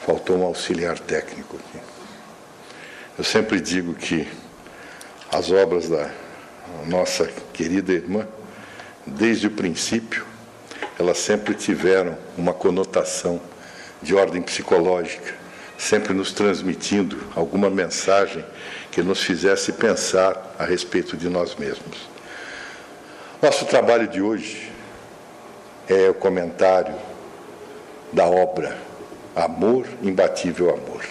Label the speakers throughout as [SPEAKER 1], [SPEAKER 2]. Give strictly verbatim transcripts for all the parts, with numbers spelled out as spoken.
[SPEAKER 1] Faltou um auxiliar técnico aqui. Eu sempre digo que as obras da nossa querida irmã, desde o princípio, elas sempre tiveram uma conotação de ordem psicológica, sempre nos transmitindo alguma mensagem que nos fizesse pensar a respeito de nós mesmos. Nosso trabalho de hoje é o comentário da obra Amor, Imbatível Amor.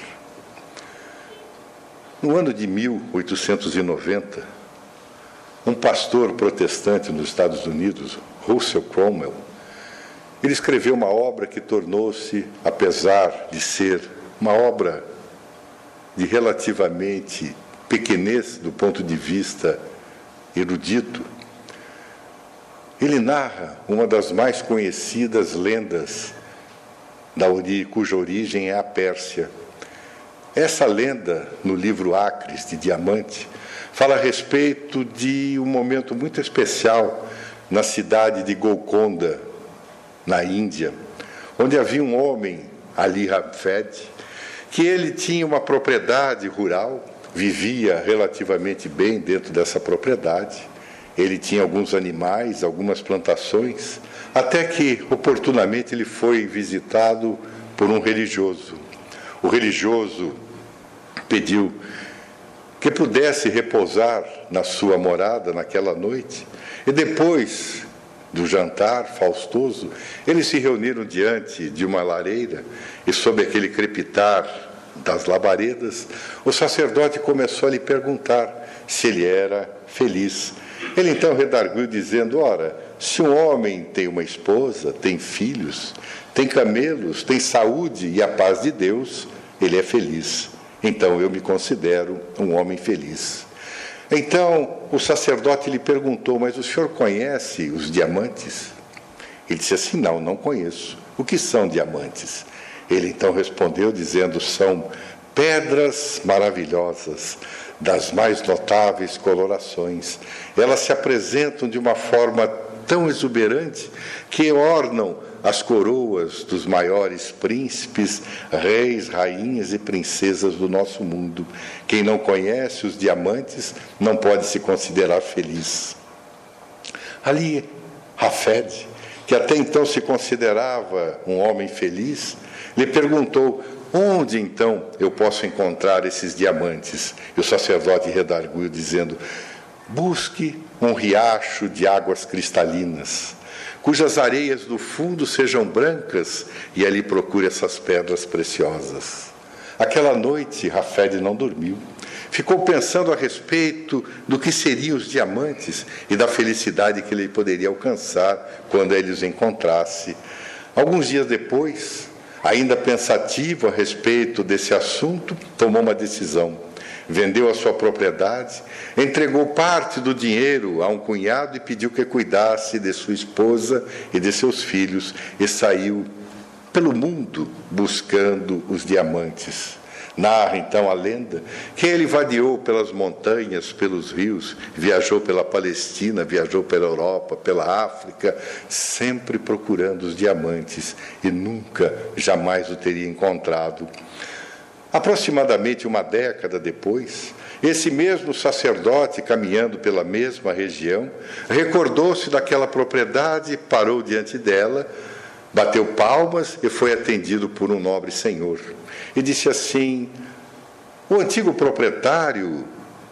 [SPEAKER 1] No ano de mil oitocentos e noventa, um pastor protestante nos Estados Unidos, Russell Cromwell, ele escreveu uma obra que tornou-se, apesar de ser uma obra de relativamente pequenez do ponto de vista erudito, ele narra uma das mais conhecidas lendas da ori- cuja origem é a Pérsia. Essa lenda, no livro Acres de Diamante, fala a respeito de um momento muito especial na cidade de Golconda, na Índia, onde havia um homem, Ali Hafed, que ele tinha uma propriedade rural, vivia relativamente bem dentro dessa propriedade, ele tinha alguns animais, algumas plantações, até que, oportunamente, ele foi visitado por um religioso. O religioso pediu que pudesse repousar na sua morada naquela noite, e depois do jantar faustoso, eles se reuniram diante de uma lareira, e sob aquele crepitar das labaredas, o sacerdote começou a lhe perguntar se ele era feliz. Ele então redarguiu dizendo: ora, se um homem tem uma esposa, tem filhos, tem camelos, tem saúde e a paz de Deus, ele é feliz. Então eu me considero um homem feliz. Então o sacerdote lhe perguntou: mas o senhor conhece os diamantes? Ele disse assim: não, não conheço. O que são diamantes? Ele então respondeu dizendo: são pedras maravilhosas, das mais notáveis colorações. Elas se apresentam de uma forma tão exuberante que ornam as coroas dos maiores príncipes, reis, rainhas e princesas do nosso mundo. Quem não conhece os diamantes não pode se considerar feliz. Ali, Hafed, que até então se considerava um homem feliz, lhe perguntou: onde então eu posso encontrar esses diamantes? E o sacerdote redarguiu dizendo: busque um riacho de águas cristalinas, cujas areias do fundo sejam brancas, e ali procure essas pedras preciosas. Aquela noite, Hafed não dormiu. Ficou pensando a respeito do que seriam os diamantes e da felicidade que ele poderia alcançar quando ele os encontrasse. Alguns dias depois, ainda pensativo a respeito desse assunto, tomou uma decisão. Vendeu a sua propriedade, entregou parte do dinheiro a um cunhado e pediu que cuidasse de sua esposa e de seus filhos, e saiu pelo mundo buscando os diamantes. Narra então a lenda que ele vadiou pelas montanhas, pelos rios, viajou pela Palestina, viajou pela Europa, pela África, sempre procurando os diamantes, e nunca, jamais o teria encontrado. Aproximadamente uma década depois, esse mesmo sacerdote, caminhando pela mesma região, recordou-se daquela propriedade, parou diante dela, bateu palmas e foi atendido por um nobre senhor. E disse assim: o antigo proprietário,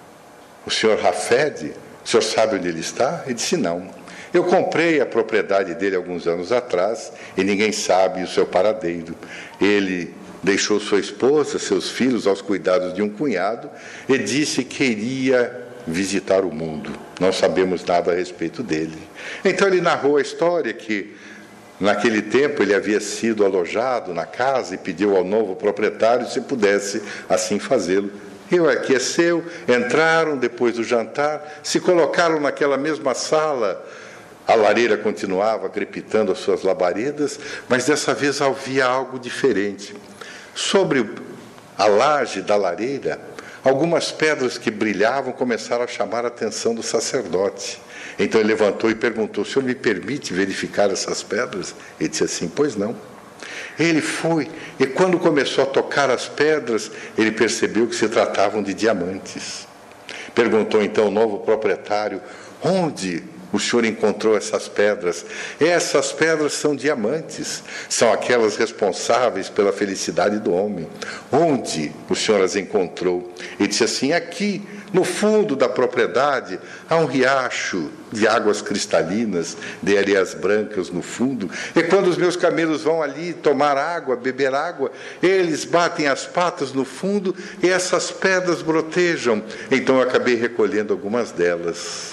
[SPEAKER 1] o senhor Hafed, o senhor sabe onde ele está? Ele disse: não. Eu comprei a propriedade dele alguns anos atrás e ninguém sabe o seu paradeiro. Ele deixou sua esposa, seus filhos aos cuidados de um cunhado e disse que iria visitar o mundo. Não sabemos nada a respeito dele. Então ele narrou a história que, naquele tempo, ele havia sido alojado na casa e pediu ao novo proprietário se pudesse assim fazê-lo. Eu aqui é seu. Entraram depois do jantar, se colocaram naquela mesma sala. A lareira continuava crepitando as suas labaredas, mas dessa vez havia algo diferente. Sobre a laje da lareira, algumas pedras que brilhavam começaram a chamar a atenção do sacerdote. Então ele levantou e perguntou: o senhor me permite verificar essas pedras? Ele disse assim: pois não. Ele foi, e quando começou a tocar as pedras, ele percebeu que se tratavam de diamantes. Perguntou então ao novo proprietário: onde o senhor encontrou essas pedras? Essas pedras são diamantes, são aquelas responsáveis pela felicidade do homem. Onde o senhor as encontrou? Ele disse assim: aqui, no fundo da propriedade, há um riacho de águas cristalinas, de areias brancas no fundo, e quando os meus camelos vão ali tomar água, beber água, eles batem as patas no fundo e essas pedras brotejam. Então eu acabei recolhendo algumas delas.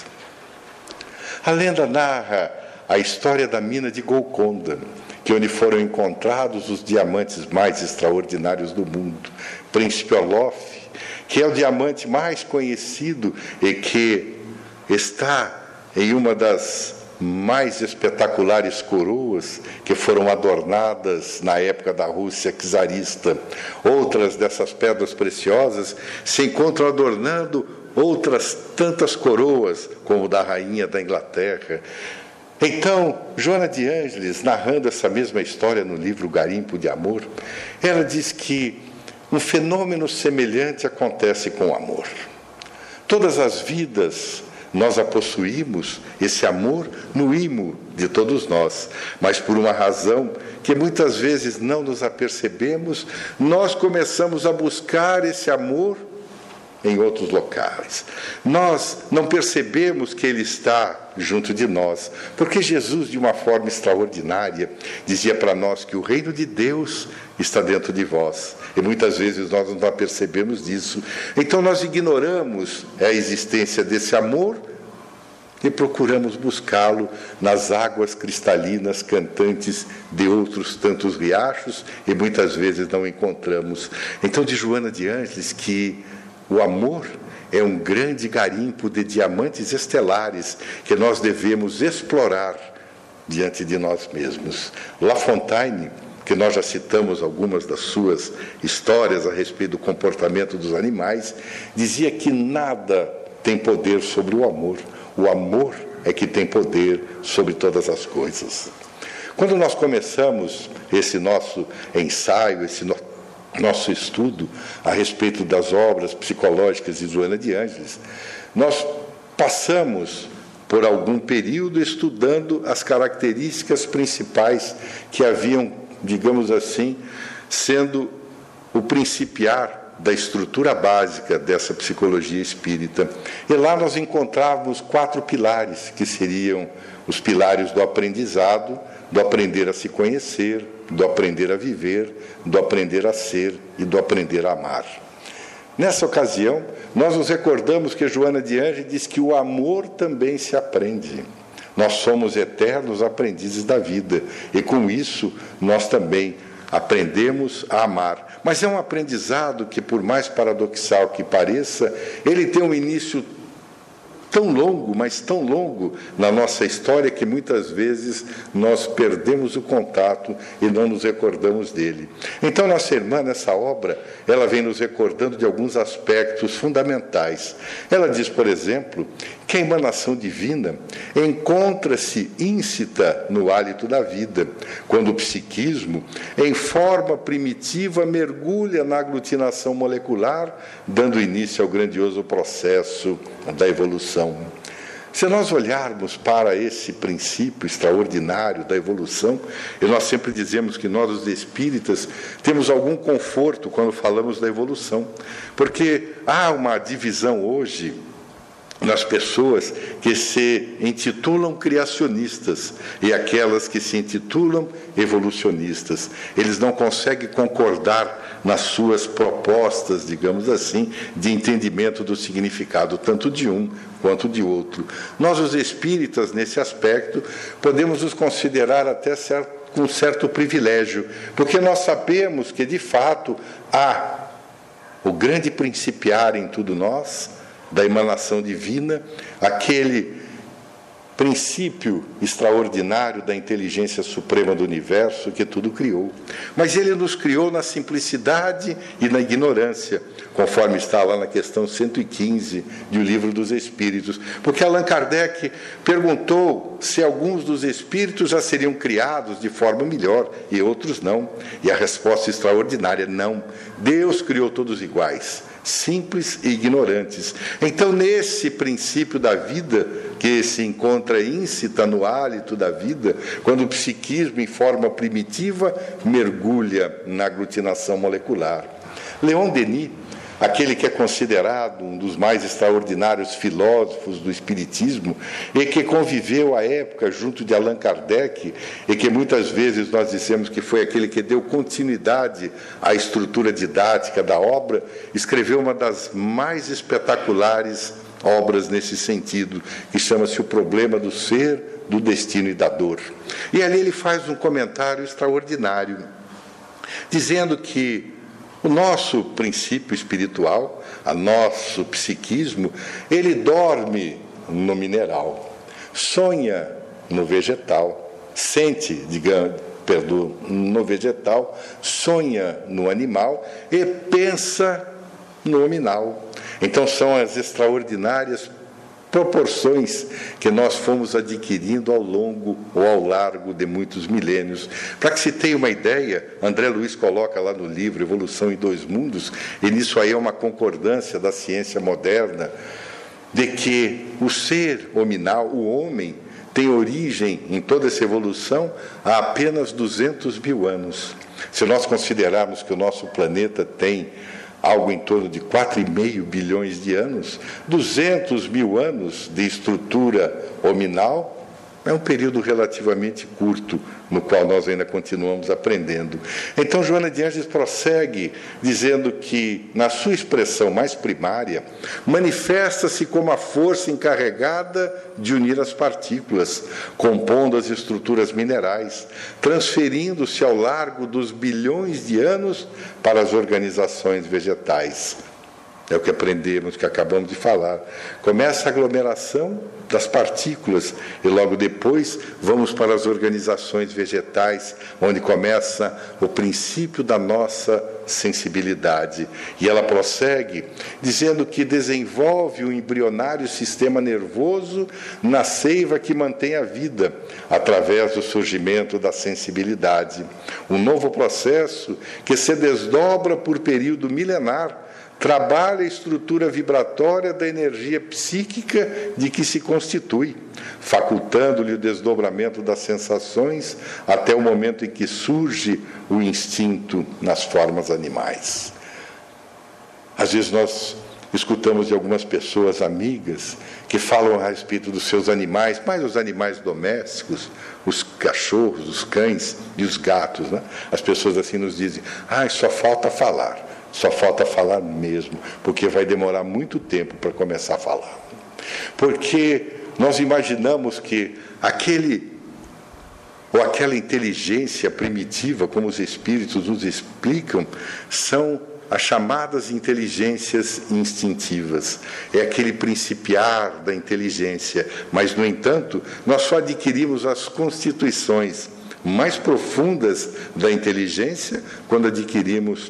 [SPEAKER 1] A lenda narra a história da mina de Golconda, que onde foram encontrados os diamantes mais extraordinários do mundo. Príncipe Olof, que é o diamante mais conhecido e que está em uma das mais espetaculares coroas que foram adornadas na época da Rússia czarista. Outras dessas pedras preciosas se encontram adornando outras tantas coroas, como da rainha da Inglaterra. Então, Joana de Ângeles, narrando essa mesma história no livro Garimpo de Amor, ela diz que um fenômeno semelhante acontece com o amor. Todas as vidas nós a possuímos, esse amor no imo de todos nós, mas por uma razão que muitas vezes não nos apercebemos, nós começamos a buscar esse amor em outros locais. Nós não percebemos que ele está junto de nós, porque Jesus, de uma forma extraordinária, dizia para nós que o reino de Deus está dentro de vós, e muitas vezes nós não percebemos disso. Então nós ignoramos a existência desse amor e procuramos buscá-lo nas águas cristalinas cantantes de outros tantos riachos, e muitas vezes não encontramos. Então, de Joana de Ângeles, que o amor é um grande garimpo de diamantes estelares que nós devemos explorar diante de nós mesmos. La Fontaine, que nós já citamos algumas das suas histórias a respeito do comportamento dos animais, dizia que nada tem poder sobre o amor. O amor é que tem poder sobre todas as coisas. Quando nós começamos esse nosso ensaio, esse nosso nosso estudo a respeito das obras psicológicas de Joana de Ângeles, nós passamos por algum período estudando as características principais que haviam, digamos assim, sendo o principiar da estrutura básica dessa psicologia espírita. E lá nós encontrávamos quatro pilares, que seriam os pilares do aprendizado, do aprender a se conhecer, do aprender a viver, do aprender a ser e do aprender a amar. Nessa ocasião, nós nos recordamos que Joana de Ângeles diz que o amor também se aprende. Nós somos eternos aprendizes da vida, e com isso nós também aprendemos a amar. Mas é um aprendizado que, por mais paradoxal que pareça, ele tem um início tão longo, mas tão longo na nossa história, que muitas vezes nós perdemos o contato e não nos recordamos dele. Então, nossa irmã, nessa obra, ela vem nos recordando de alguns aspectos fundamentais. Ela diz, por exemplo, que a emanação divina encontra-se íncita no hálito da vida, quando o psiquismo, em forma primitiva, mergulha na aglutinação molecular, dando início ao grandioso processo da evolução. Se nós olharmos para esse princípio extraordinário da evolução, e nós sempre dizemos que nós, os espíritas, temos algum conforto quando falamos da evolução, porque há uma divisão hoje nas pessoas que se intitulam criacionistas e aquelas que se intitulam evolucionistas. Eles não conseguem concordar nas suas propostas, digamos assim, de entendimento do significado tanto de um quanto de outro. Nós, os espíritas, nesse aspecto, podemos nos considerar até certo, com um certo privilégio, porque nós sabemos que, de fato, há o grande principiar em tudo nós, da emanação divina, aquele princípio extraordinário da inteligência suprema do universo que tudo criou. Mas ele nos criou na simplicidade e na ignorância, conforme está lá na questão cento e quinze do Livro dos Espíritos. Porque Allan Kardec perguntou perguntou se alguns dos espíritos já seriam criados de forma melhor e outros não. E a resposta extraordinária: não. Deus criou todos iguais, simples e ignorantes. Então, nesse princípio da vida, que se encontra íncita no hálito da vida, quando o psiquismo, em forma primitiva, mergulha na aglutinação molecular. Leon Denis, aquele que é considerado um dos mais extraordinários filósofos do espiritismo e que conviveu à época junto de Allan Kardec, e que muitas vezes nós dissemos que foi aquele que deu continuidade à estrutura didática da obra, escreveu uma das mais espetaculares obras nesse sentido, que chama-se O Problema do Ser, do Destino e da Dor. E ali ele faz um comentário extraordinário, dizendo que o nosso princípio espiritual, o nosso psiquismo, ele dorme no mineral, sonha no vegetal, sente, digamos, perdão, no vegetal, sonha no animal e pensa no nominal. Então são as extraordinárias proporções que nós fomos adquirindo ao longo ou ao largo de muitos milênios. Para que se tenha uma ideia, André Luiz coloca lá no livro Evolução em Dois Mundos, e nisso aí é uma concordância da ciência moderna, de que o ser hominal, o homem, tem origem em toda essa evolução há apenas duzentos mil anos. Se nós considerarmos que o nosso planeta tem algo em torno de quatro vírgula cinco bilhões de anos, duzentos mil anos de estrutura hominal é um período relativamente curto, no qual nós ainda continuamos aprendendo. Então, Joana de Ângeles prossegue dizendo que, na sua expressão mais primária, manifesta-se como a força encarregada de unir as partículas, compondo as estruturas minerais, transferindo-se ao largo dos bilhões de anos para as organizações vegetais. É o que aprendemos, que acabamos de falar. Começa a aglomeração das partículas e logo depois vamos para as organizações vegetais, onde começa o princípio da nossa sensibilidade. E ela prossegue dizendo que desenvolve o embrionário sistema nervoso na seiva que mantém a vida, através do surgimento da sensibilidade. Um novo processo que se desdobra por período milenar, trabalha a estrutura vibratória da energia psíquica de que se constitui, facultando-lhe o desdobramento das sensações até o momento em que surge o instinto nas formas animais. Às vezes nós escutamos de algumas pessoas amigas que falam a respeito dos seus animais, mais os animais domésticos, os cachorros, os cães e os gatos, né? As pessoas assim nos dizem: ah, só falta falar. Só falta falar mesmo, porque vai demorar muito tempo para começar a falar. Porque nós imaginamos que aquele ou aquela inteligência primitiva, como os espíritos nos explicam, são as chamadas inteligências instintivas. É aquele principiar da inteligência, mas, no entanto, nós só adquirimos as constituições mais profundas da inteligência quando adquirimos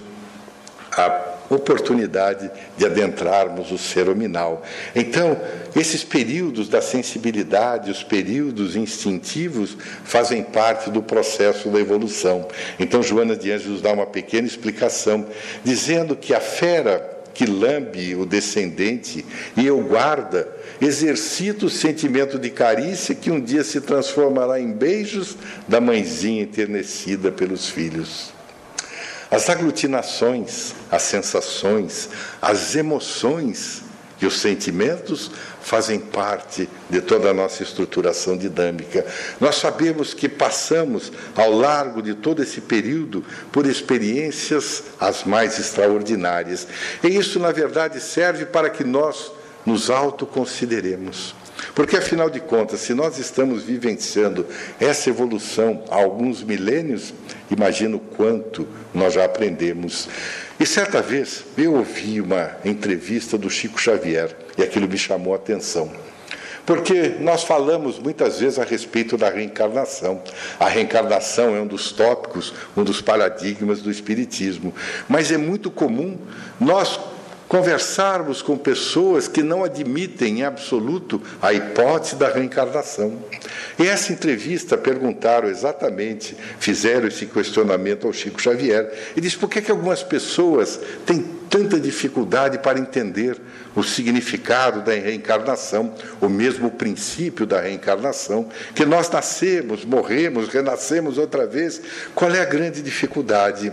[SPEAKER 1] a oportunidade de adentrarmos o ser hominal. Então, esses períodos da sensibilidade, os períodos instintivos, fazem parte do processo da evolução. Então, Joana de Ângeles dá uma pequena explicação, dizendo que a fera que lambe o descendente e o guarda, exercita o sentimento de carícia que um dia se transformará em beijos da mãezinha enternecida pelos filhos. As aglutinações, as sensações, as emoções e os sentimentos fazem parte de toda a nossa estruturação dinâmica. Nós sabemos que passamos, ao largo de todo esse período, por experiências as mais extraordinárias. E isso, na verdade, serve para que nós nos autoconsideremos. Porque, afinal de contas, se nós estamos vivenciando essa evolução há alguns milênios, imagino quanto nós já aprendemos. E certa vez eu ouvi uma entrevista do Chico Xavier, e aquilo me chamou a atenção. Porque nós falamos muitas vezes a respeito da reencarnação. A reencarnação é um dos tópicos, um dos paradigmas do Espiritismo. Mas é muito comum nós conversarmos com pessoas que não admitem em absoluto a hipótese da reencarnação. E essa entrevista perguntaram exatamente, fizeram esse questionamento ao Chico Xavier, e disse por que que algumas pessoas têm tanta dificuldade para entender o significado da reencarnação, o mesmo princípio da reencarnação, que nós nascemos, morremos, renascemos outra vez. Qual é a grande dificuldade?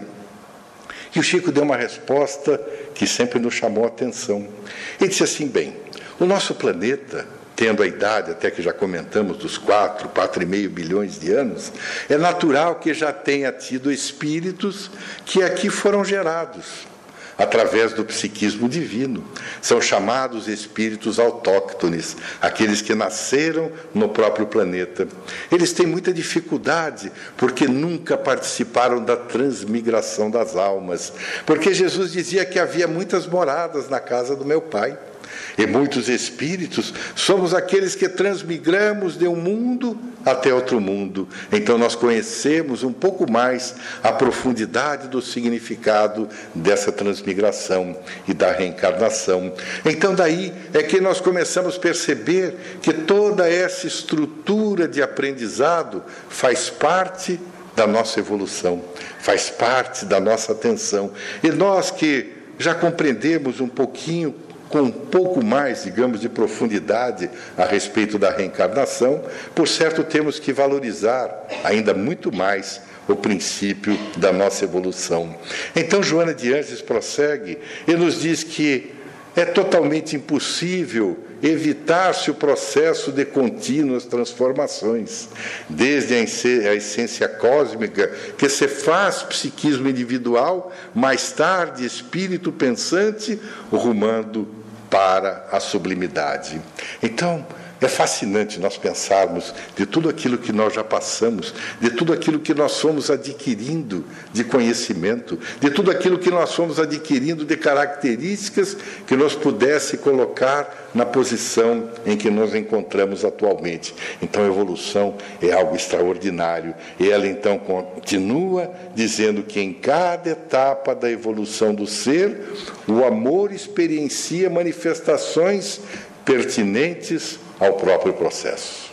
[SPEAKER 1] E o Chico deu uma resposta que sempre nos chamou a atenção. Ele disse assim, bem, o nosso planeta, tendo a idade, até que já comentamos, dos quatro, quatro e meio bilhões de anos, é natural que já tenha tido espíritos que aqui foram gerados através do psiquismo divino. São chamados espíritos autóctones, aqueles que nasceram no próprio planeta. Eles têm muita dificuldade, porque nunca participaram da transmigração das almas. Porque Jesus dizia que havia muitas moradas na casa do meu Pai. E muitos espíritos somos aqueles que transmigramos de um mundo até outro mundo. Então nós conhecemos um pouco mais a profundidade do significado dessa transmigração e da reencarnação. Então daí é que nós começamos a perceber que toda essa estrutura de aprendizado faz parte da nossa evolução, faz parte da nossa atenção. E nós que já compreendemos um pouquinho, com um pouco mais, digamos, de profundidade a respeito da reencarnação, por certo temos que valorizar ainda muito mais o princípio da nossa evolução. Então Joana de Ângeles prossegue e nos diz que é totalmente impossível evitar-se o processo de contínuas transformações, desde a essência cósmica, que se faz psiquismo individual, mais tarde espírito pensante, rumando para a sublimidade. Então, é fascinante nós pensarmos de tudo aquilo que nós já passamos, de tudo aquilo que nós fomos adquirindo de conhecimento, de tudo aquilo que nós fomos adquirindo de características que nos pudesse colocar na posição em que nos encontramos atualmente. Então a evolução é algo extraordinário. E ela então continua dizendo que em cada etapa da evolução do ser, o amor experiencia manifestações pertinentes ao próprio processo.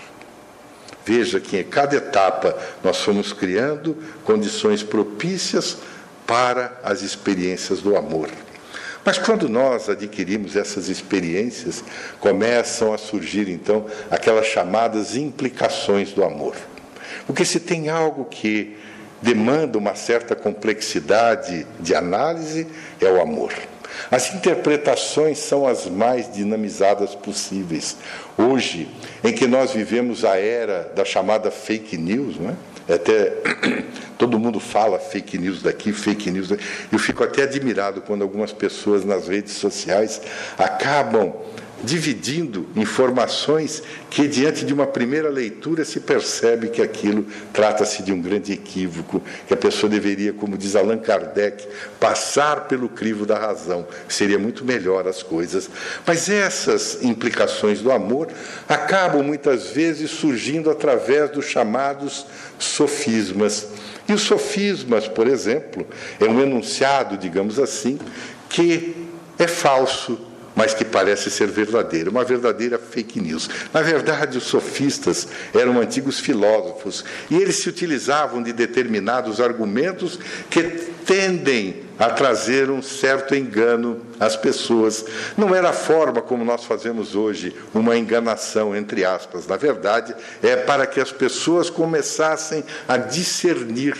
[SPEAKER 1] Veja que em cada etapa nós fomos criando condições propícias para as experiências do amor. Mas quando nós adquirimos essas experiências, começam a surgir então aquelas chamadas implicações do amor. Porque se tem algo que demanda uma certa complexidade de análise, é o amor. As interpretações são as mais dinamizadas possíveis. Hoje, em que nós vivemos a era da chamada fake news, né? Até todo mundo fala fake news daqui, fake news daqui. Eu fico até admirado quando algumas pessoas nas redes sociais acabam dividindo informações que, diante de uma primeira leitura, se percebe que aquilo trata-se de um grande equívoco, que a pessoa deveria, como diz Allan Kardec, passar pelo crivo da razão. Seria muito melhor as coisas. Mas essas implicações do amor acabam, muitas vezes, surgindo através dos chamados sofismas. E os sofismas, por exemplo, é um enunciado, digamos assim, que é falso, mas que parece ser verdadeiro, uma verdadeira fake news. Na verdade, os sofistas eram antigos filósofos, e eles se utilizavam de determinados argumentos que tendem a trazer um certo engano às pessoas. Não era a forma como nós fazemos hoje, uma enganação, entre aspas. Na verdade, é para que as pessoas começassem a discernir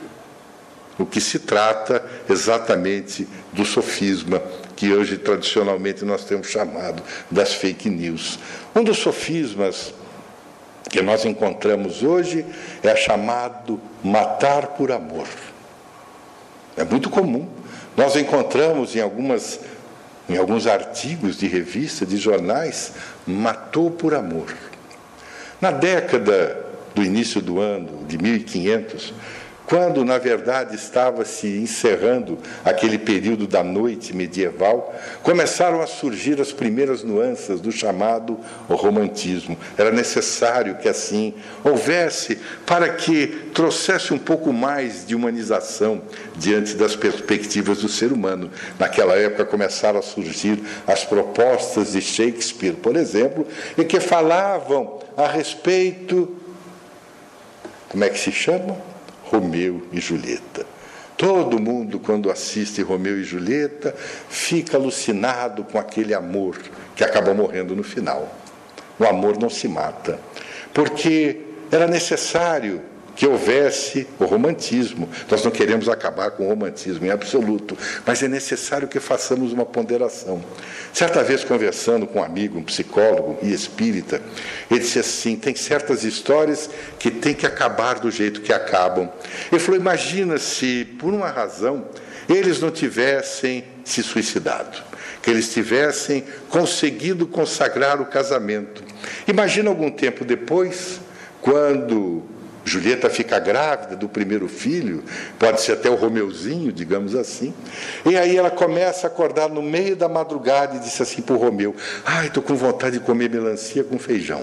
[SPEAKER 1] o que se trata exatamente do sofisma, que hoje tradicionalmente nós temos chamado das fake news. Um dos sofismas que nós encontramos hoje é chamado matar por amor. É muito comum. Nós encontramos em, algumas, em alguns artigos de revista, de jornais, matou por amor. Na década do início do ano, de mil e quinhentos, quando, na verdade, estava se encerrando aquele período da noite medieval, começaram a surgir as primeiras nuances do chamado romantismo. Era necessário que, assim, houvesse, para que trouxesse um pouco mais de humanização diante das perspectivas do ser humano. Naquela época começaram a surgir as propostas de Shakespeare, por exemplo, e que falavam a respeito, como é que se chama? Romeu e Julieta. Todo mundo, quando assiste Romeu e Julieta, fica alucinado com aquele amor que acaba morrendo no final. O amor não se mata, porque era necessário que houvesse o romantismo. Nós não queremos acabar com o romantismo em absoluto, mas é necessário que façamos uma ponderação. Certa vez, conversando com um amigo, um psicólogo e espírita, ele disse assim, tem certas histórias que têm que acabar do jeito que acabam. Ele falou, imagina se, por uma razão, eles não tivessem se suicidado, que eles tivessem conseguido consagrar o casamento. Imagina algum tempo depois, quando Julieta fica grávida do primeiro filho, pode ser até o Romeuzinho, digamos assim, e aí ela começa a acordar no meio da madrugada e disse assim para o Romeu, ai, estou com vontade de comer melancia com feijão.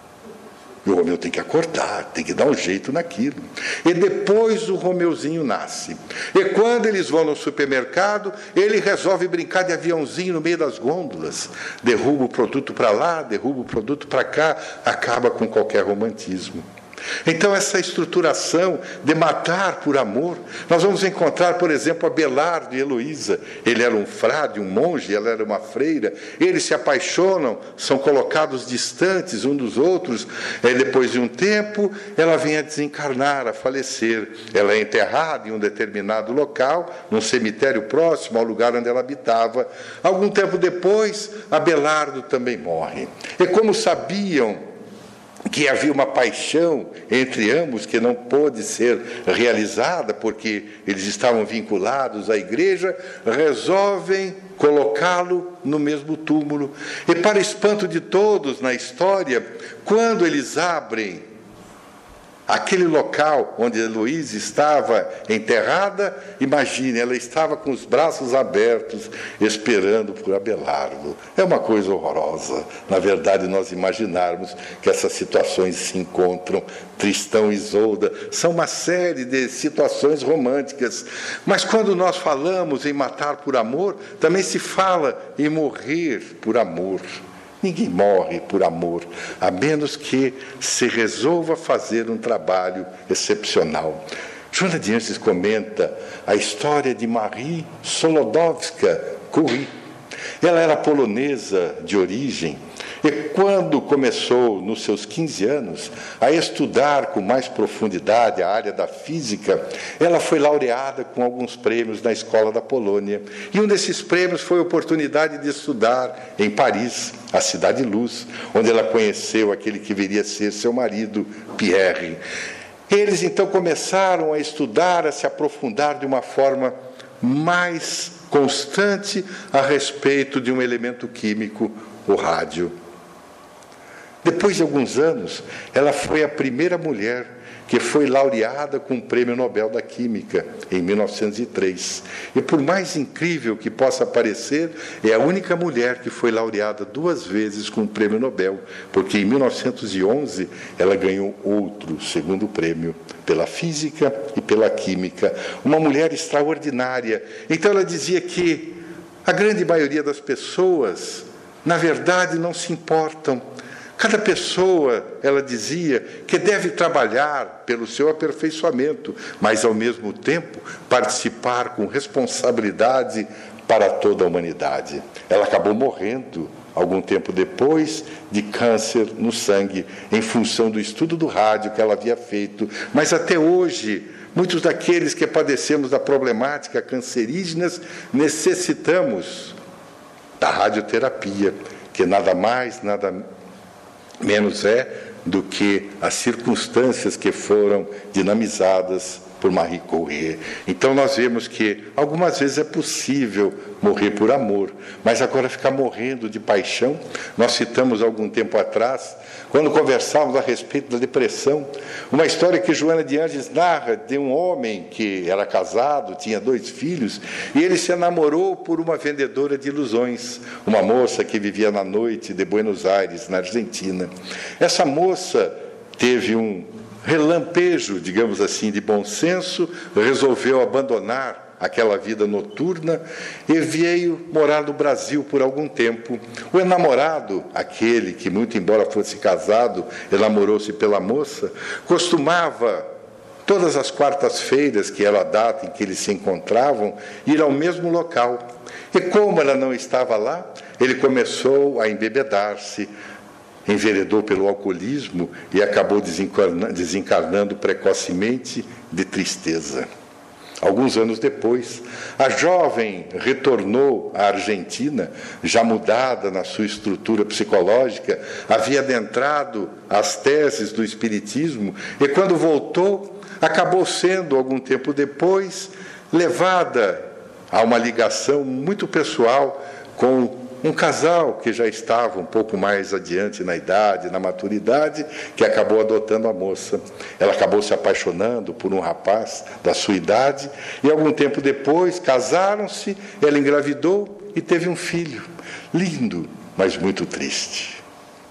[SPEAKER 1] E o Romeu tem que acordar, tem que dar um jeito naquilo. E depois o Romeuzinho nasce. E quando eles vão no supermercado, ele resolve brincar de aviãozinho no meio das gôndolas. Derruba o produto para lá, derruba o produto para cá, acaba com qualquer romantismo. Então, essa estruturação de matar por amor, nós vamos encontrar, por exemplo, Abelardo e Heloísa. Ele era um frade, um monge, ela era uma freira. Eles se apaixonam, são colocados distantes um dos outros. E depois de um tempo, ela vem a desencarnar, a falecer. Ela é enterrada em um determinado local, num cemitério próximo ao lugar onde ela habitava. Algum tempo depois, Abelardo também morre. E como sabiam que havia uma paixão entre ambos que não pôde ser realizada porque eles estavam vinculados à igreja, resolvem colocá-lo no mesmo túmulo. E para espanto de todos na história, quando eles abrem aquele local onde Heloísa estava enterrada, imagine, ela estava com os braços abertos, esperando por Abelardo. É uma coisa horrorosa, na verdade, nós imaginarmos que essas situações se encontram. Tristão e Isolda são uma série de situações românticas. Mas quando nós falamos em matar por amor, também se fala em morrer por amor. Ninguém morre por amor, a menos que se resolva fazer um trabalho excepcional. Joana de Ângeles comenta a história de Marie Sklodowska-Curie. Ela era polonesa de origem e, quando começou, nos seus quinze anos, a estudar com mais profundidade a área da física, ela foi laureada com alguns prêmios na Escola da Polônia. E um desses prêmios foi a oportunidade de estudar em Paris, a Cidade Luz, onde ela conheceu aquele que viria a ser seu marido, Pierre. Eles, então, começaram a estudar, a se aprofundar de uma forma mais constante a respeito de um elemento químico, o rádio. Depois de alguns anos, ela foi a primeira mulher que foi laureada com o Prêmio Nobel da Química, em mil novecentos e três. E, por mais incrível que possa parecer, é a única mulher que foi laureada duas vezes com o Prêmio Nobel, porque em mil novecentos e onze ela ganhou outro segundo prêmio, pela física e pela química. Uma mulher extraordinária. Então ela dizia que a grande maioria das pessoas, na verdade, não se importam. Cada pessoa, ela dizia, que deve trabalhar pelo seu aperfeiçoamento, mas, ao mesmo tempo, participar com responsabilidade para toda a humanidade. Ela acabou morrendo, algum tempo depois, de câncer no sangue, em função do estudo do rádio que ela havia feito. Mas, até hoje, muitos daqueles que padecemos da problemática cancerígenas necessitamos da radioterapia, que nada mais, nada menos é do que as circunstâncias que foram dinamizadas por Marie Curie. Então nós vemos que algumas vezes é possível morrer por amor, mas agora ficar morrendo de paixão. Nós citamos algum tempo atrás, quando conversávamos a respeito da depressão, uma história que Joana de Ângeles narra de um homem que era casado, tinha dois filhos, e ele se namorou por uma vendedora de ilusões, uma moça que vivia na noite de Buenos Aires, na Argentina. Essa moça teve um relampejo, digamos assim, de bom senso, resolveu abandonar aquela vida noturna e veio morar no Brasil por algum tempo. O enamorado, aquele que, muito embora fosse casado, enamorou-se pela moça, costumava, todas as quartas-feiras, que era a data em que eles se encontravam, ir ao mesmo local. E como ela não estava lá, ele começou a embebedar-se, enveredou pelo alcoolismo e acabou desencarnando, desencarnando precocemente de tristeza. Alguns anos depois, a jovem retornou à Argentina, já mudada na sua estrutura psicológica, havia adentrado as teses do Espiritismo e, quando voltou, acabou sendo, algum tempo depois, levada a uma ligação muito pessoal com um casal que já estava um pouco mais adiante na idade, na maturidade, que acabou adotando a moça. Ela acabou se apaixonando por um rapaz da sua idade e, algum tempo depois, casaram-se, ela engravidou e teve um filho, lindo, mas muito triste.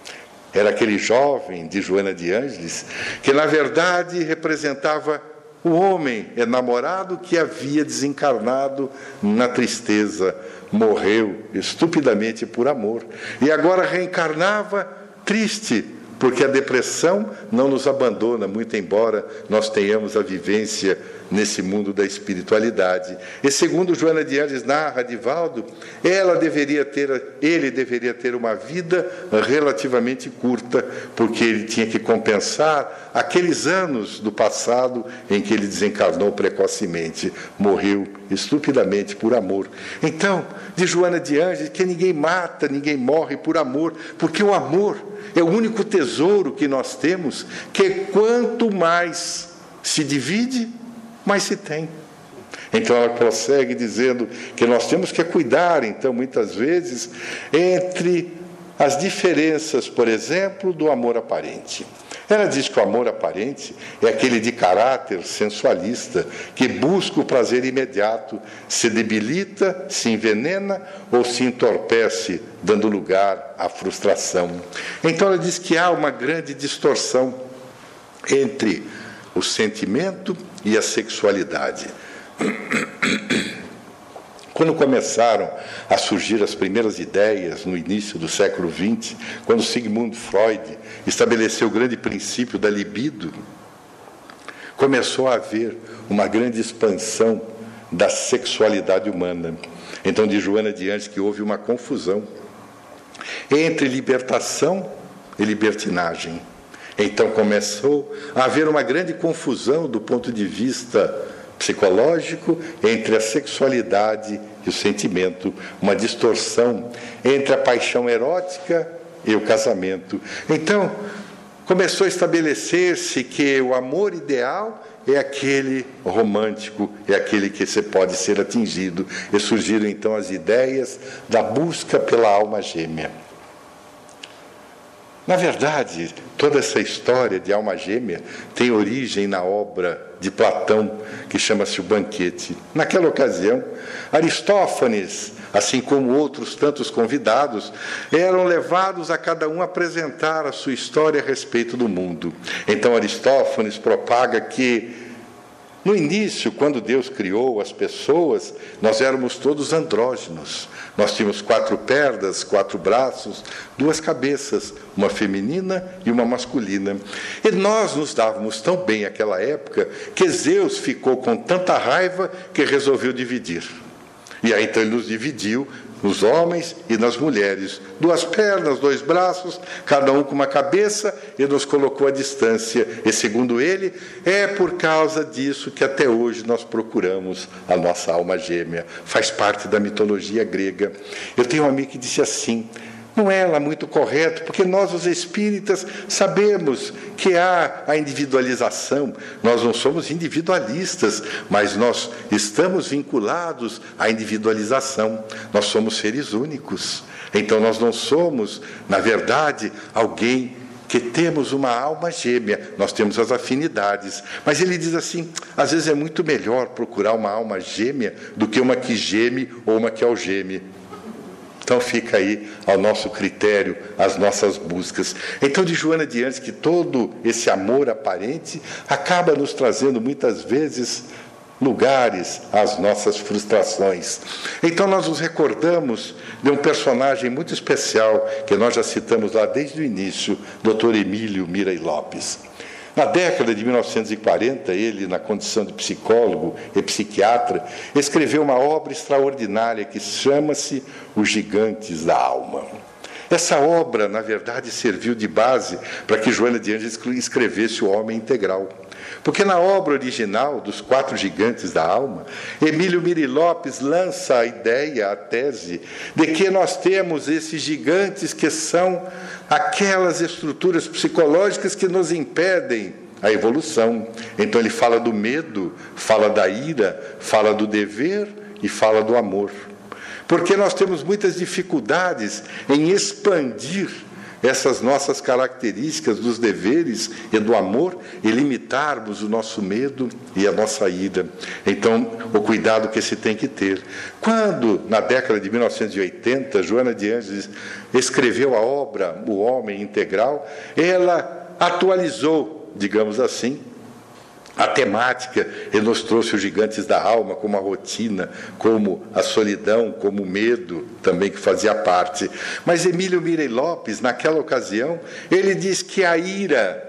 [SPEAKER 1] Era aquele jovem de Joana de Ângeles que, na verdade, representava o homem enamorado que havia desencarnado na tristeza, morreu estupidamente por amor, e agora reencarnava triste, porque a depressão não nos abandona, muito embora nós tenhamos a vivência nesse mundo da espiritualidade. E segundo Joana de Ângeles narra Divaldo, ela deveria ter, ele deveria ter uma vida relativamente curta, porque ele tinha que compensar aqueles anos do passado em que ele desencarnou precocemente, morreu estupidamente por amor. Então, de Joana de Ângeles, que ninguém mata, ninguém morre por amor, porque o amor é o único tesouro que nós temos, que quanto mais se divide, mais se tem. Então ela prossegue dizendo que nós temos que cuidar, então, muitas vezes, entre as diferenças, por exemplo, do amor aparente. Ela diz que o amor aparente é aquele de caráter sensualista, que busca o prazer imediato, se debilita, se envenena ou se entorpece, dando lugar à frustração. Então ela diz que há uma grande distorção entre o sentimento e a sexualidade. Quando começaram a surgir as primeiras ideias no início do século vinte, quando Sigmund Freud estabeleceu o grande princípio da libido, começou a haver uma grande expansão da sexualidade humana. Então, de Joana de Ângeles, que houve uma confusão entre libertação e libertinagem. Então começou a haver uma grande confusão do ponto de vista psicológico entre a sexualidade e o sentimento, uma distorção entre a paixão erótica e o casamento. Então, começou a estabelecer-se que o amor ideal é aquele romântico, é aquele que se pode ser atingido. E surgiram então as ideias da busca pela alma gêmea. Na verdade, toda essa história de alma gêmea tem origem na obra de Platão, que chama-se O Banquete. Naquela ocasião, Aristófanes, assim como outros tantos convidados, eram levados a cada um apresentar a sua história a respeito do mundo. Então Aristófanes propaga que, no início, quando Deus criou as pessoas, nós éramos todos andrógenos. Nós tínhamos quatro pernas, quatro braços, duas cabeças, uma feminina e uma masculina. E nós nos dávamos tão bem naquela época que Zeus ficou com tanta raiva que resolveu dividir. E aí então ele nos dividiu nos homens e nas mulheres. Duas pernas, dois braços, cada um com uma cabeça, e nos colocou à distância. E, segundo ele, é por causa disso que até hoje nós procuramos a nossa alma gêmea. Faz parte da mitologia grega. Eu tenho um amigo que disse assim: não é lá muito correto, porque nós, os espíritas, sabemos que há a individualização. Nós não somos individualistas, mas nós estamos vinculados à individualização. Nós somos seres únicos. Então, nós não somos, na verdade, alguém que temos uma alma gêmea, nós temos as afinidades. Mas ele diz assim, às vezes é muito melhor procurar uma alma gêmea do que uma que geme ou uma que algeme. Então fica aí ao nosso critério, as nossas buscas. Então, de Joana de Ângeles, que todo esse amor aparente acaba nos trazendo muitas vezes lugares às nossas frustrações. Então nós nos recordamos de um personagem muito especial, que nós já citamos lá desde o início, doutor Emílio Mirey Lopes. Na década de mil novecentos e quarenta, ele, na condição de psicólogo e psiquiatra, escreveu uma obra extraordinária que chama-se Os Gigantes da Alma. Essa obra, na verdade, serviu de base para que Joana de Ângeles escrevesse O Homem Integral. Porque na obra original dos Quatro Gigantes da Alma, Emílio Mirey Lopes lança a ideia, a tese, de que nós temos esses gigantes que são aquelas estruturas psicológicas que nos impedem a evolução. Então ele fala do medo, fala da ira, fala do dever e fala do amor. Porque nós temos muitas dificuldades em expandir essas nossas características dos deveres e do amor e limitarmos o nosso medo e a nossa ira. Então, o cuidado que se tem que ter. Quando, na década de mil novecentos e oitenta, Joana de Ângeles escreveu a obra O Homem Integral, ela atualizou, digamos assim, a temática, e nos trouxe os gigantes da alma, como a rotina, como a solidão, como o medo, também que fazia parte. Mas Emílio Mirey Lopes, naquela ocasião, ele diz que a ira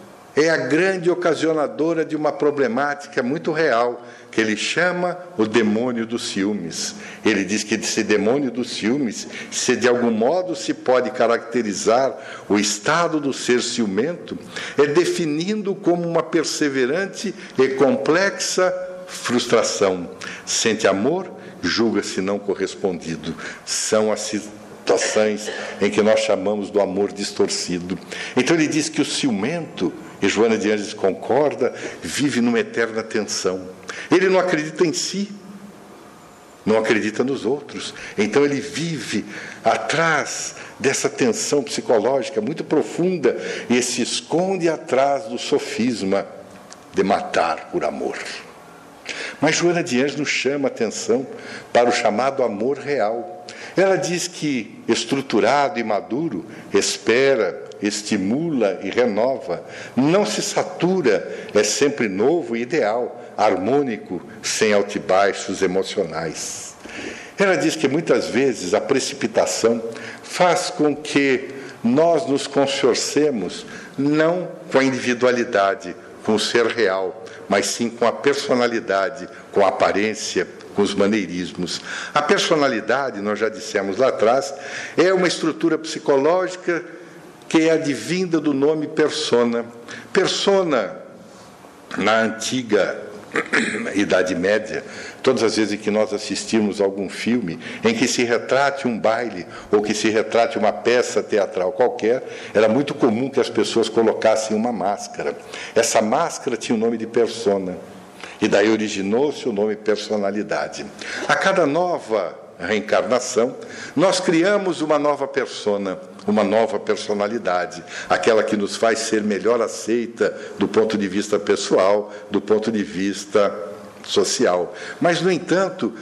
[SPEAKER 1] é a grande ocasionadora de uma problemática muito real, que ele chama o demônio dos ciúmes. Ele diz que esse demônio dos ciúmes, se de algum modo se pode caracterizar o estado do ser ciumento, é definindo como uma perseverante e complexa frustração. Sente amor, julga-se não correspondido. São as situações em que nós chamamos do amor distorcido. Então ele diz que o ciumento, e Joana de Ângeles concorda, vive numa eterna tensão. Ele não acredita em si, não acredita nos outros. Então ele vive atrás dessa tensão psicológica muito profunda e se esconde atrás do sofisma de matar por amor. Mas Joana de Ângeles nos chama a atenção para o chamado amor real. Ela diz que, estruturado e maduro, espera, estimula e renova, não se satura, é sempre novo e ideal, harmônico, sem altibaixos emocionais. Ela diz que muitas vezes a precipitação faz com que nós nos consorcemos não com a individualidade, com o ser real, mas sim com a personalidade, com a aparência, com os maneirismos. A personalidade, nós já dissemos lá atrás, é uma estrutura psicológica que é advinda do nome persona. Persona, na antiga Idade Média, todas as vezes em que nós assistimos a algum filme em que se retrate um baile ou que se retrate uma peça teatral qualquer, era muito comum que as pessoas colocassem uma máscara. Essa máscara tinha o nome de persona, e daí originou-se o nome personalidade. A cada nova reencarnação, nós criamos uma nova persona, uma nova personalidade, aquela que nos faz ser melhor aceita do ponto de vista pessoal, do ponto de vista social. Mas, no entanto,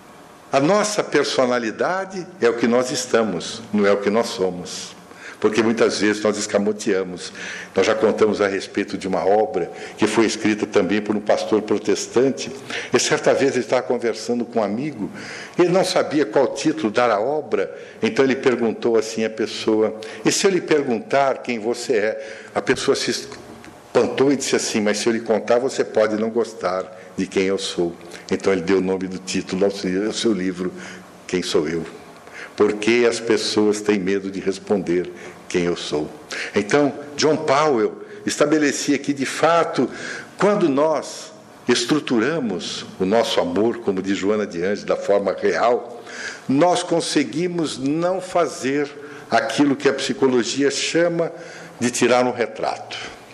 [SPEAKER 1] a nossa personalidade é o que nós estamos, não é o que nós somos. Porque muitas vezes nós escamoteamos. Nós já contamos a respeito de uma obra que foi escrita também por um pastor protestante. E certa vez ele estava conversando com um amigo, ele não sabia qual título dar à obra, então ele perguntou assim à pessoa: e se eu lhe perguntar quem você é? A pessoa se espantou e disse assim: mas se eu lhe contar, você pode não gostar de quem eu sou. Então ele deu o nome do título ao seu livro, Quem Sou Eu? Porque as pessoas têm medo de responder quem eu sou. Então, John Powell estabelecia que, de fato, quando nós estruturamos o nosso amor, como diz Joana de Ângeles, da forma real, nós conseguimos não fazer aquilo que a psicologia chama de tirar um retrato.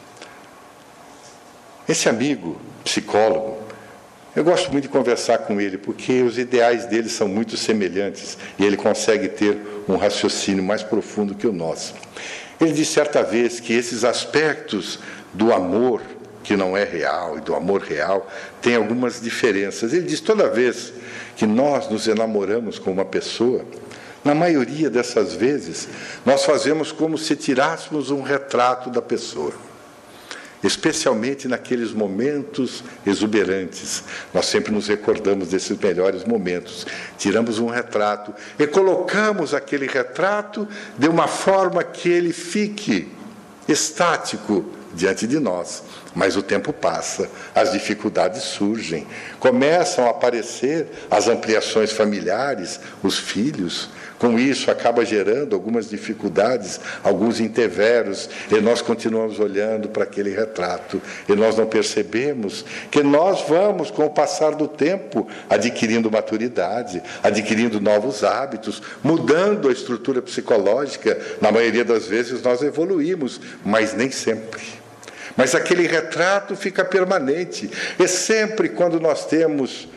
[SPEAKER 1] Esse amigo, psicólogo, eu gosto muito de conversar com ele, porque os ideais dele são muito semelhantes e ele consegue ter um raciocínio mais profundo que o nosso. Ele disse certa vez que esses aspectos do amor, que não é real, e do amor real, têm algumas diferenças. Ele diz, toda vez que nós nos enamoramos com uma pessoa, na maioria dessas vezes, nós fazemos como se tirássemos um retrato da pessoa. Especialmente naqueles momentos exuberantes. Nós sempre nos recordamos desses melhores momentos. Tiramos um retrato e colocamos aquele retrato de uma forma que ele fique estático diante de nós. Mas o tempo passa, as dificuldades surgem, começam a aparecer as ampliações familiares, os filhos. Com isso, acaba gerando algumas dificuldades, alguns interveros, e nós continuamos olhando para aquele retrato, e nós não percebemos que nós vamos, com o passar do tempo, adquirindo maturidade, adquirindo novos hábitos, mudando a estrutura psicológica. Na maioria das vezes nós evoluímos, mas nem sempre. Mas aquele retrato fica permanente, e sempre quando nós temos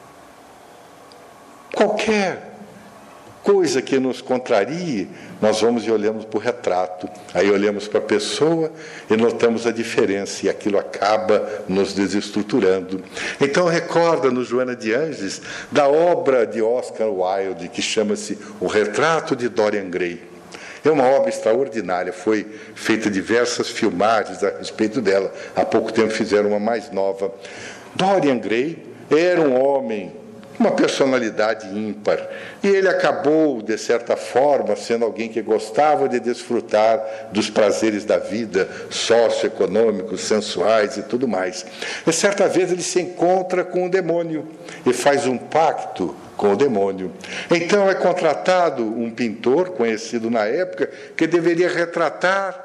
[SPEAKER 1] qualquer coisa que nos contrarie, nós vamos e olhamos para o retrato, aí olhamos para a pessoa e notamos a diferença, e aquilo acaba nos desestruturando. Então recorda-nos, Joana de Angelis, da obra de Oscar Wilde, que chama-se O Retrato de Dorian Gray. É uma obra extraordinária, foi feita diversas filmagens a respeito dela. Há pouco tempo fizeram uma mais nova. Dorian Gray era um homem, uma personalidade ímpar, e ele acabou, de certa forma, sendo alguém que gostava de desfrutar dos prazeres da vida, socioeconômicos, sensuais e tudo mais. E certa vez ele se encontra com o demônio e faz um pacto com o demônio. Então é contratado um pintor, conhecido na época, que deveria retratar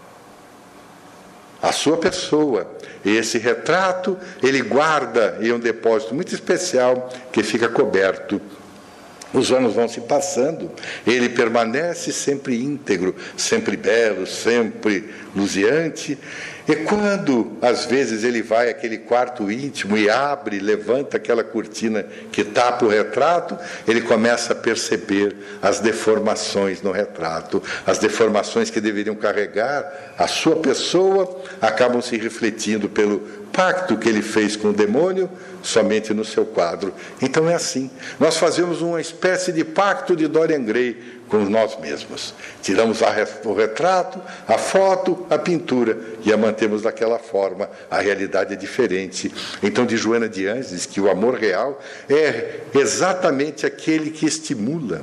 [SPEAKER 1] a sua pessoa. E esse retrato ele guarda em um depósito muito especial que fica coberto. Os anos vão se passando, ele permanece sempre íntegro, sempre belo, sempre luziante. E quando, às vezes, ele vai àquele quarto íntimo e abre, levanta aquela cortina que tapa o retrato, ele começa a perceber as deformações no retrato. As deformações que deveriam carregar a sua pessoa acabam se refletindo pelo pacto que ele fez com o demônio somente no seu quadro. Então é assim, nós fazemos uma espécie de pacto de Dorian Gray com nós mesmos. Tiramos o retrato, a foto, a pintura e a mantemos daquela forma. A realidade é diferente. Então, de Joana de Angelis, que o amor real é exatamente aquele que estimula,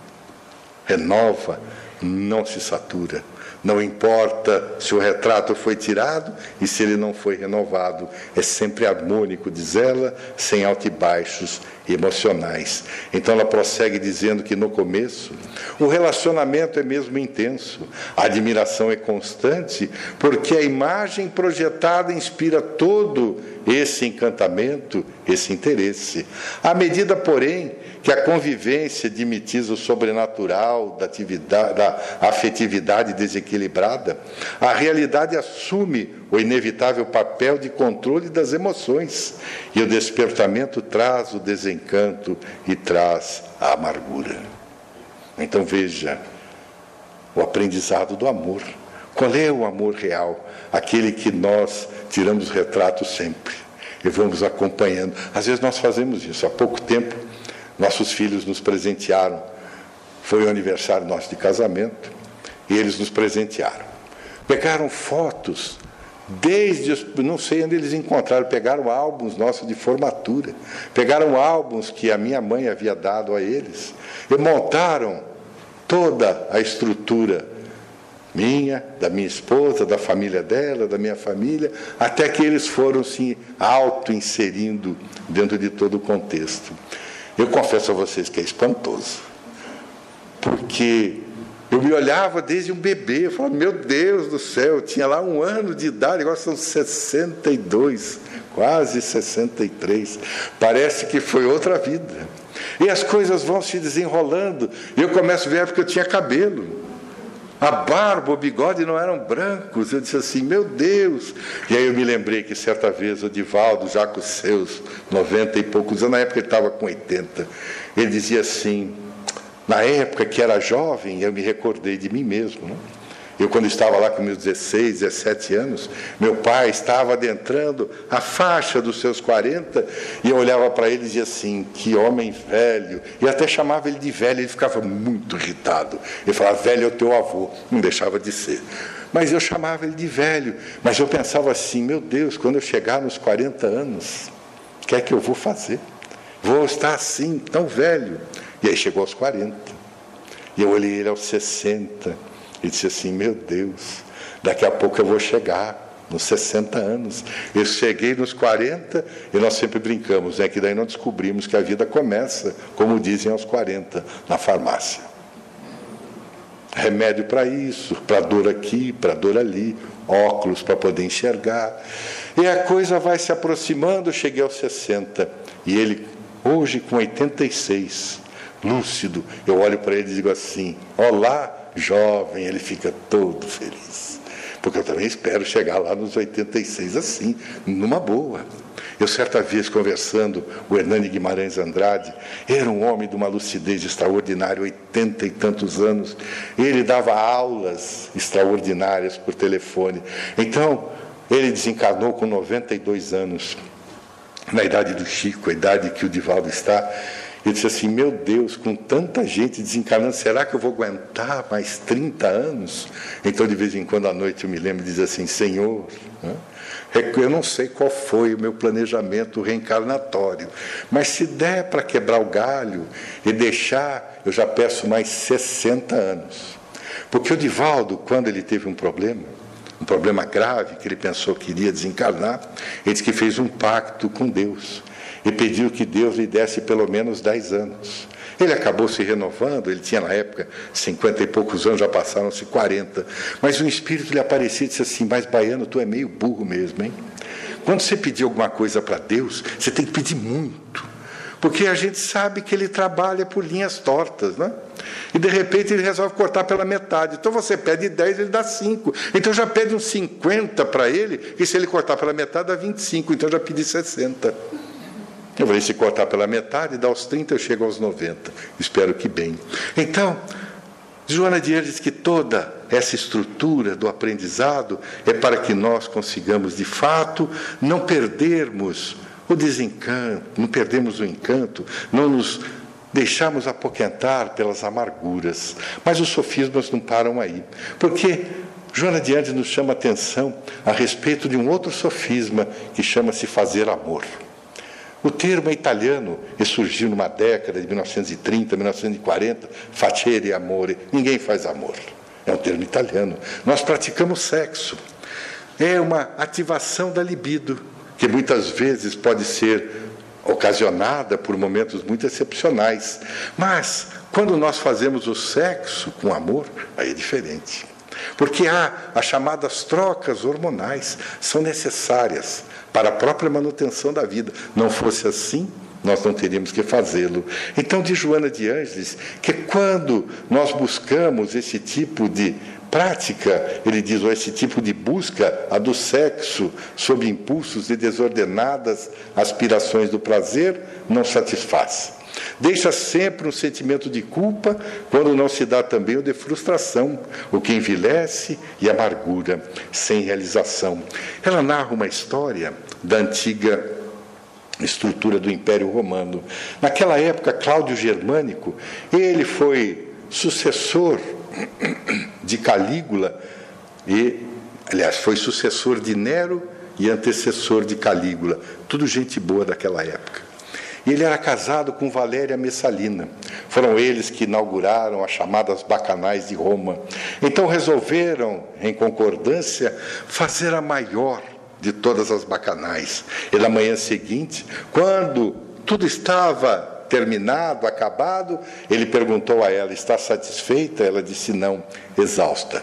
[SPEAKER 1] renova, não se satura. Não importa se o retrato foi tirado e se ele não foi renovado. É sempre harmônico, diz ela, sem altos e baixos emocionais. Então ela prossegue dizendo que no começo o relacionamento é mesmo intenso, a admiração é constante, porque a imagem projetada inspira todo esse encantamento, esse interesse. À medida, porém, que a convivência dimitiza o sobrenatural da, atividade, da afetividade desequilibrada, a realidade assume o inevitável papel de controle das emoções, e o despertamento traz o desencanto e traz a amargura. Então veja o aprendizado do amor. Qual é o amor real? Aquele que nós tiramos retrato sempre e vamos acompanhando. Às vezes nós fazemos isso. Há pouco tempo, nossos filhos nos presentearam. Foi o aniversário nosso de casamento e eles nos presentearam. Pegaram fotos, desde, os, não sei onde eles encontraram, pegaram álbuns nossos de formatura, pegaram álbuns que a minha mãe havia dado a eles e montaram toda a estrutura minha, da minha esposa, da família dela, da minha família, até que eles foram se auto-inserindo dentro de todo o contexto. Eu confesso a vocês que é espantoso, porque eu me olhava desde um bebê, eu falava, meu Deus do céu, eu tinha lá um ano de idade, agora são sessenta e dois, quase sessenta e três, parece que foi outra vida. E as coisas vão se desenrolando, e eu começo a ver porque eu tinha cabelo. a barba, o bigode não eram brancos. Eu disse assim, meu Deus. E aí eu me lembrei que certa vez o Divaldo, já com seus noventa e poucos anos, na época ele estava com oitenta, ele dizia assim, na época que era jovem, eu me recordei de mim mesmo, né? Eu, quando estava lá com meus dezesseis, dezessete anos, meu pai estava adentrando a faixa dos seus quarenta, e eu olhava para ele e dizia assim, que homem velho. E até chamava ele de velho, ele ficava muito irritado. Ele falava, velho é o teu avô, não deixava de ser. Mas eu chamava ele de velho. Mas eu pensava assim, meu Deus, quando eu chegar nos quarenta anos, o que é que eu vou fazer? Vou estar assim, tão velho. E aí chegou aos quarenta. E eu olhei ele aos sessenta. E disse assim, meu Deus, daqui a pouco eu vou chegar nos sessenta anos. Eu cheguei nos quarenta e nós sempre brincamos, né, que daí nós descobrimos que a vida começa, como dizem, aos quarenta, na farmácia. Remédio para isso, para dor aqui, para dor ali, óculos para poder enxergar. E a coisa vai se aproximando, eu cheguei aos sessenta. E ele, hoje com oitenta e seis, lúcido, eu olho para ele e digo assim, olá, jovem. Ele fica todo feliz, porque eu também espero chegar lá nos oitenta e seis assim, numa boa. Eu certa vez conversando, o Hernani Guimarães Andrade era um homem de uma lucidez extraordinária, oitenta e tantos anos, ele dava aulas extraordinárias por telefone. Então ele desencarnou com noventa e dois anos, na idade do Chico, a idade que o Divaldo está. Eu disse assim, meu Deus, com tanta gente desencarnando, será que eu vou aguentar mais trinta anos? Então, de vez em quando, à noite, eu me lembro de dizer assim, Senhor, né, eu não sei qual foi o meu planejamento reencarnatório, mas se der para quebrar o galho e deixar, eu já peço mais sessenta anos. Porque o Divaldo, quando ele teve um problema, um problema grave, que ele pensou que iria desencarnar, ele disse que fez um pacto com Deus e pediu que Deus lhe desse pelo menos dez anos. Ele acabou se renovando, ele tinha na época cinquenta e poucos anos, já passaram-se quarenta, mas um espírito lhe aparecia e disse assim, mas baiano, tu é meio burro mesmo, hein? Quando você pedir alguma coisa para Deus, você tem que pedir muito, porque a gente sabe que ele trabalha por linhas tortas, né? E de repente ele resolve cortar pela metade. Então você pede dez, ele dá cinco. Então já pede uns cinquenta para ele, e se ele cortar pela metade, dá vinte e cinco. Então já pedi sessenta. Eu falei, se cortar pela metade, dá aos trinta, eu chego aos noventa. Espero que bem. Então, Joana de Ângeles diz que toda essa estrutura do aprendizado é para que nós consigamos, de fato, não perdermos o desencanto, não perdermos o encanto, não nos deixarmos apoquentar pelas amarguras. Mas os sofismas não param aí, porque Joana de Ângeles nos chama a atenção a respeito de um outro sofisma que chama-se fazer amor. O termo é italiano e surgiu numa década de mil novecentos e trinta, mil novecentos e quarenta, facere amore, ninguém faz amor. É um termo italiano. Nós praticamos sexo. É uma ativação da libido, que muitas vezes pode ser ocasionada por momentos muito excepcionais. Mas, quando nós fazemos o sexo com amor, aí é diferente. Porque há as chamadas trocas hormonais, são necessárias para a própria manutenção da vida. Não fosse assim, nós não teríamos que fazê-lo. Então, diz Joana de Ângeles que quando nós buscamos esse tipo de prática, ele diz, ou esse tipo de busca, a do sexo, sob impulsos de desordenadas aspirações do prazer, não satisfaz. Deixa sempre um sentimento de culpa, quando não se dá também o de frustração, o que envilece e amargura, sem realização. Ela narra uma história da antiga estrutura do Império Romano. Naquela época, Cláudio Germânico, ele foi sucessor de Calígula, e, aliás, foi sucessor de Nero e antecessor de Calígula. Tudo gente boa daquela época. E ele era casado com Valéria Messalina. Foram eles que inauguraram as chamadas bacanais de Roma. Então resolveram, em concordância, fazer a maior de todas as bacanais. E na manhã seguinte, quando tudo estava terminado, acabado, ele perguntou a ela, está satisfeita? Ela disse não, exausta.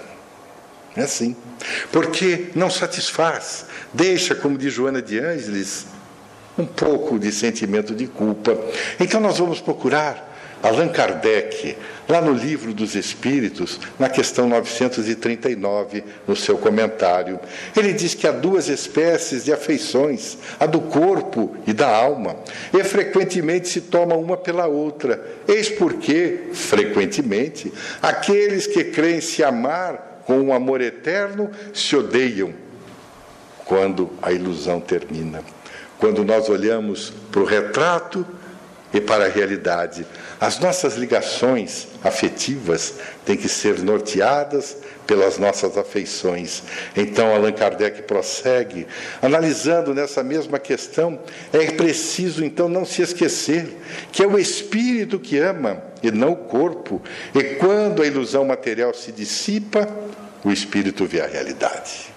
[SPEAKER 1] É assim. Porque não satisfaz. Deixa, como diz Joana de Ângeles, um pouco de sentimento de culpa. Então nós vamos procurar Allan Kardec, lá no Livro dos Espíritos, na questão novecentos e trinta e nove, no seu comentário, ele diz que há duas espécies de afeições, a do corpo e da alma, e frequentemente se toma uma pela outra. Eis porque, frequentemente, aqueles que creem se amar com um amor eterno se odeiam quando a ilusão termina. Quando nós olhamos para o retrato e para a realidade, as nossas ligações afetivas têm que ser norteadas pelas nossas afeições. Então, Allan Kardec prossegue, analisando nessa mesma questão, é preciso, então, não se esquecer que é o espírito que ama e não o corpo, e quando a ilusão material se dissipa, o espírito vê a realidade.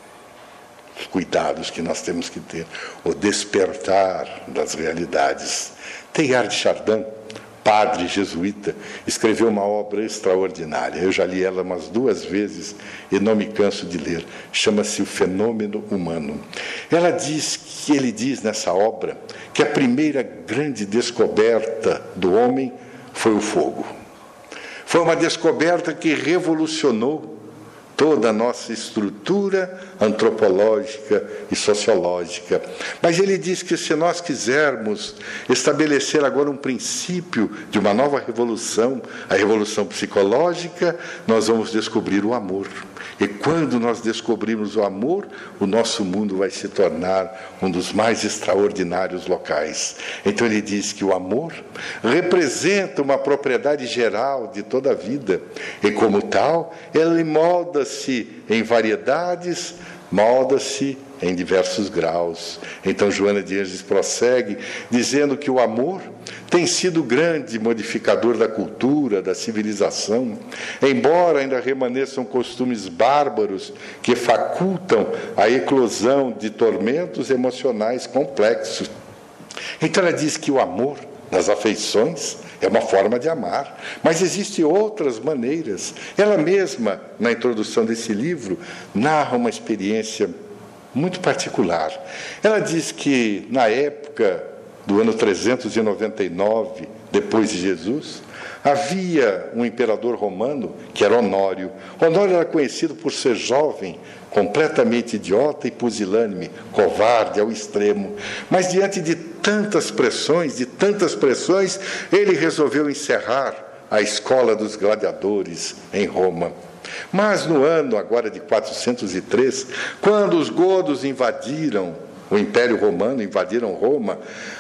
[SPEAKER 1] Os cuidados que nós temos que ter, o despertar das realidades. Teilhard de Chardin, padre jesuíta, escreveu uma obra extraordinária. Eu já li ela umas duas vezes e não me canso de ler. Chama-se O Fenômeno Humano. Ela diz que ele diz nessa obra que a primeira grande descoberta do homem foi o fogo. Foi uma descoberta que revolucionou toda a nossa estrutura antropológica e sociológica. Mas ele diz que se nós quisermos estabelecer agora um princípio de uma nova revolução, a revolução psicológica, nós vamos descobrir o amor. E quando nós descobrirmos o amor, o nosso mundo vai se tornar um dos mais extraordinários locais. Então ele diz que o amor representa uma propriedade geral de toda a vida, e como tal, ele molda-se em variedades, molda-se em diversos graus. Então Joana de Ângeles prossegue dizendo que o amor tem sido o grande modificador da cultura, da civilização, embora ainda remaneçam costumes bárbaros que facultam a eclosão de tormentos emocionais complexos. Então ela diz que o amor das afeições é uma forma de amar, mas existem outras maneiras. Ela mesma, na introdução desse livro, narra uma experiência muito particular. Ela diz que, na época do ano trezentos e noventa e nove, depois de Jesus, havia um imperador romano, que era Honório. Honório era conhecido por ser jovem, completamente idiota e pusilânime, covarde ao extremo. Mas, diante de tantas pressões, de tantas pressões, ele resolveu encerrar a escola dos gladiadores em Roma. Mas no ano agora de quatrocentos e três, quando os godos invadiram o Império Romano, invadiram Roma,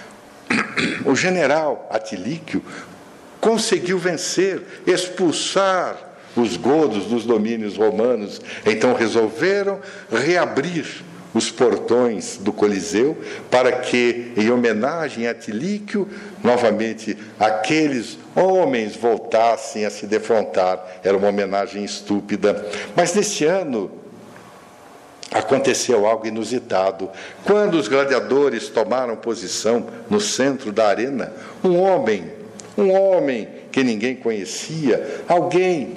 [SPEAKER 1] o general Atilíquio conseguiu vencer, expulsar os godos dos domínios romanos. Então resolveram reabrir os portões do Coliseu para que, em homenagem a Atilíquio, novamente aqueles homens voltassem a se defrontar. Era uma homenagem estúpida. Mas nesse ano aconteceu algo inusitado. Quando os gladiadores tomaram posição no centro da arena, um homem, um homem que ninguém conhecia, alguém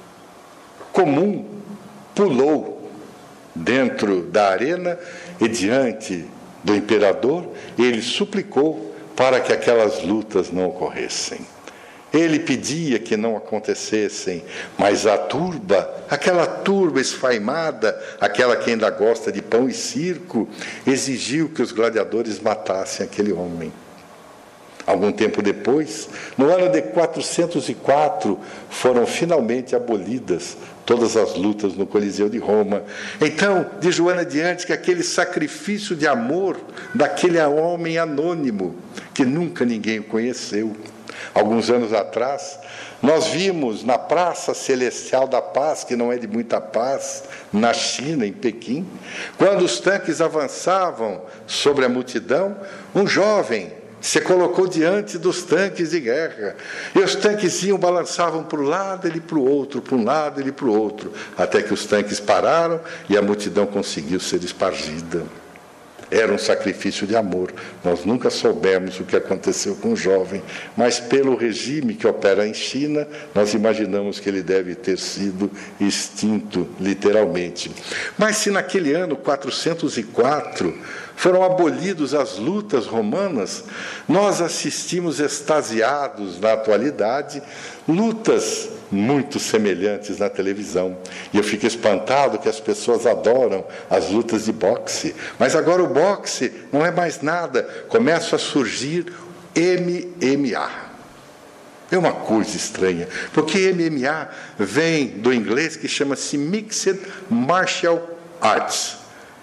[SPEAKER 1] comum, pulou dentro da arena e, diante do imperador, ele suplicou para que aquelas lutas não ocorressem. Ele pedia que não acontecessem, mas a turba, aquela turba esfaimada, aquela que ainda gosta de pão e circo, exigiu que os gladiadores matassem aquele homem. Algum tempo depois, no ano de quatrocentos e quatro, foram finalmente abolidas todas as lutas no Coliseu de Roma. Então, de Joana de Ângeles, que aquele sacrifício de amor daquele homem anônimo, que nunca ninguém conheceu. Alguns anos atrás, nós vimos na Praça Celestial da Paz, que não é de muita paz, na China, em Pequim, quando os tanques avançavam sobre a multidão, um jovem se colocou diante dos tanques de guerra. E os tanques iam, balançavam para um lado, ele para o outro, para um lado, ele para o outro, até que os tanques pararam e a multidão conseguiu ser espargida. Era um sacrifício de amor. Nós nunca soubemos o que aconteceu com o jovem, mas pelo regime que opera em China, nós imaginamos que ele deve ter sido extinto, literalmente. Mas se naquele ano, quatrocentos e quatro, foram abolidas as lutas romanas, nós assistimos extasiados na atualidade lutas muito semelhantes na televisão. E eu fico espantado que as pessoas adoram as lutas de boxe. Mas agora o boxe não é mais nada. Começa a surgir M M A. É uma coisa estranha, porque M M A vem do inglês que chama-se Mixed Martial Arts.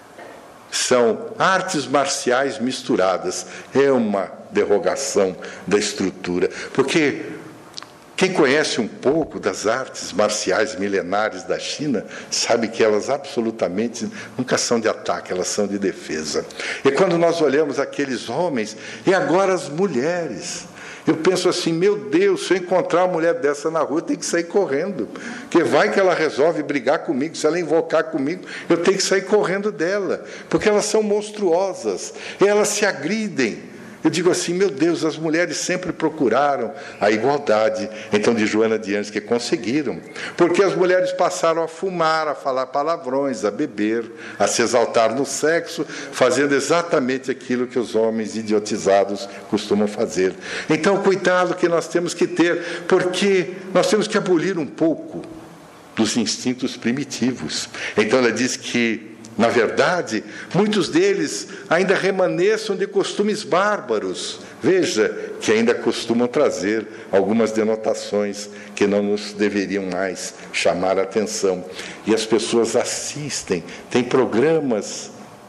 [SPEAKER 1] São artes marciais misturadas. É uma derrogação da estrutura, porque quem conhece um pouco das artes marciais milenares da China sabe que elas absolutamente nunca são de ataque, elas são de defesa. E quando nós olhamos aqueles homens, e agora as mulheres, eu penso assim, meu Deus, se eu encontrar uma mulher dessa na rua, eu tenho que sair correndo, porque vai que ela resolve brigar comigo, se ela invocar comigo, eu tenho que sair correndo dela, porque elas são monstruosas, e elas se agridem. Eu digo assim, meu Deus, as mulheres sempre procuraram a igualdade. Então, de Joana de Ângeles, que conseguiram. Porque as mulheres passaram a fumar, a falar palavrões, a beber, a se exaltar no sexo, fazendo exatamente aquilo que os homens idiotizados costumam fazer. Então, cuidado que nós temos que ter, porque nós temos que abolir um pouco dos instintos primitivos. Então, ela diz que, na verdade, muitos deles ainda remanescem de costumes bárbaros. Veja que ainda costumam trazer algumas denotações que não nos deveriam mais chamar a atenção. E as pessoas assistem, tem programas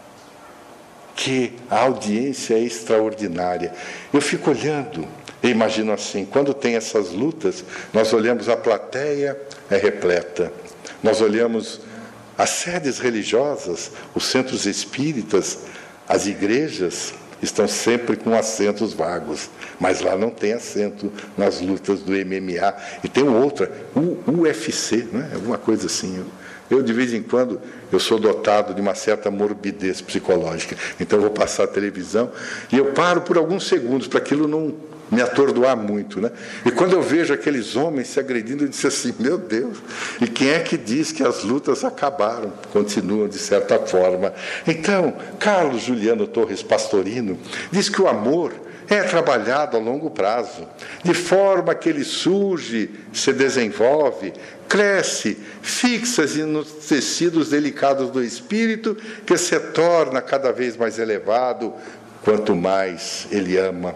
[SPEAKER 1] que a audiência é extraordinária. Eu fico olhando, eu imagino assim, quando tem essas lutas, nós olhamos a plateia, é repleta. Nós olhamos as sedes religiosas, os centros espíritas, as igrejas estão sempre com assentos vagos, mas lá não tem assento nas lutas do M M A. E tem outra, o U F C, né? Alguma coisa assim. Eu, de vez em quando, eu sou dotado de uma certa morbidez psicológica, então eu vou passar a televisão e eu paro por alguns segundos para aquilo não me atordoar muito, né? E quando eu vejo aqueles homens se agredindo, eu disse assim, meu Deus, e quem é que diz que as lutas acabaram? Continuam, de certa forma. Então, Carlos Juliano Torres Pastorino diz que o amor é trabalhado a longo prazo, de forma que ele surge, se desenvolve, cresce, fixa-se nos tecidos delicados do espírito, que se torna cada vez mais elevado, quanto mais ele ama.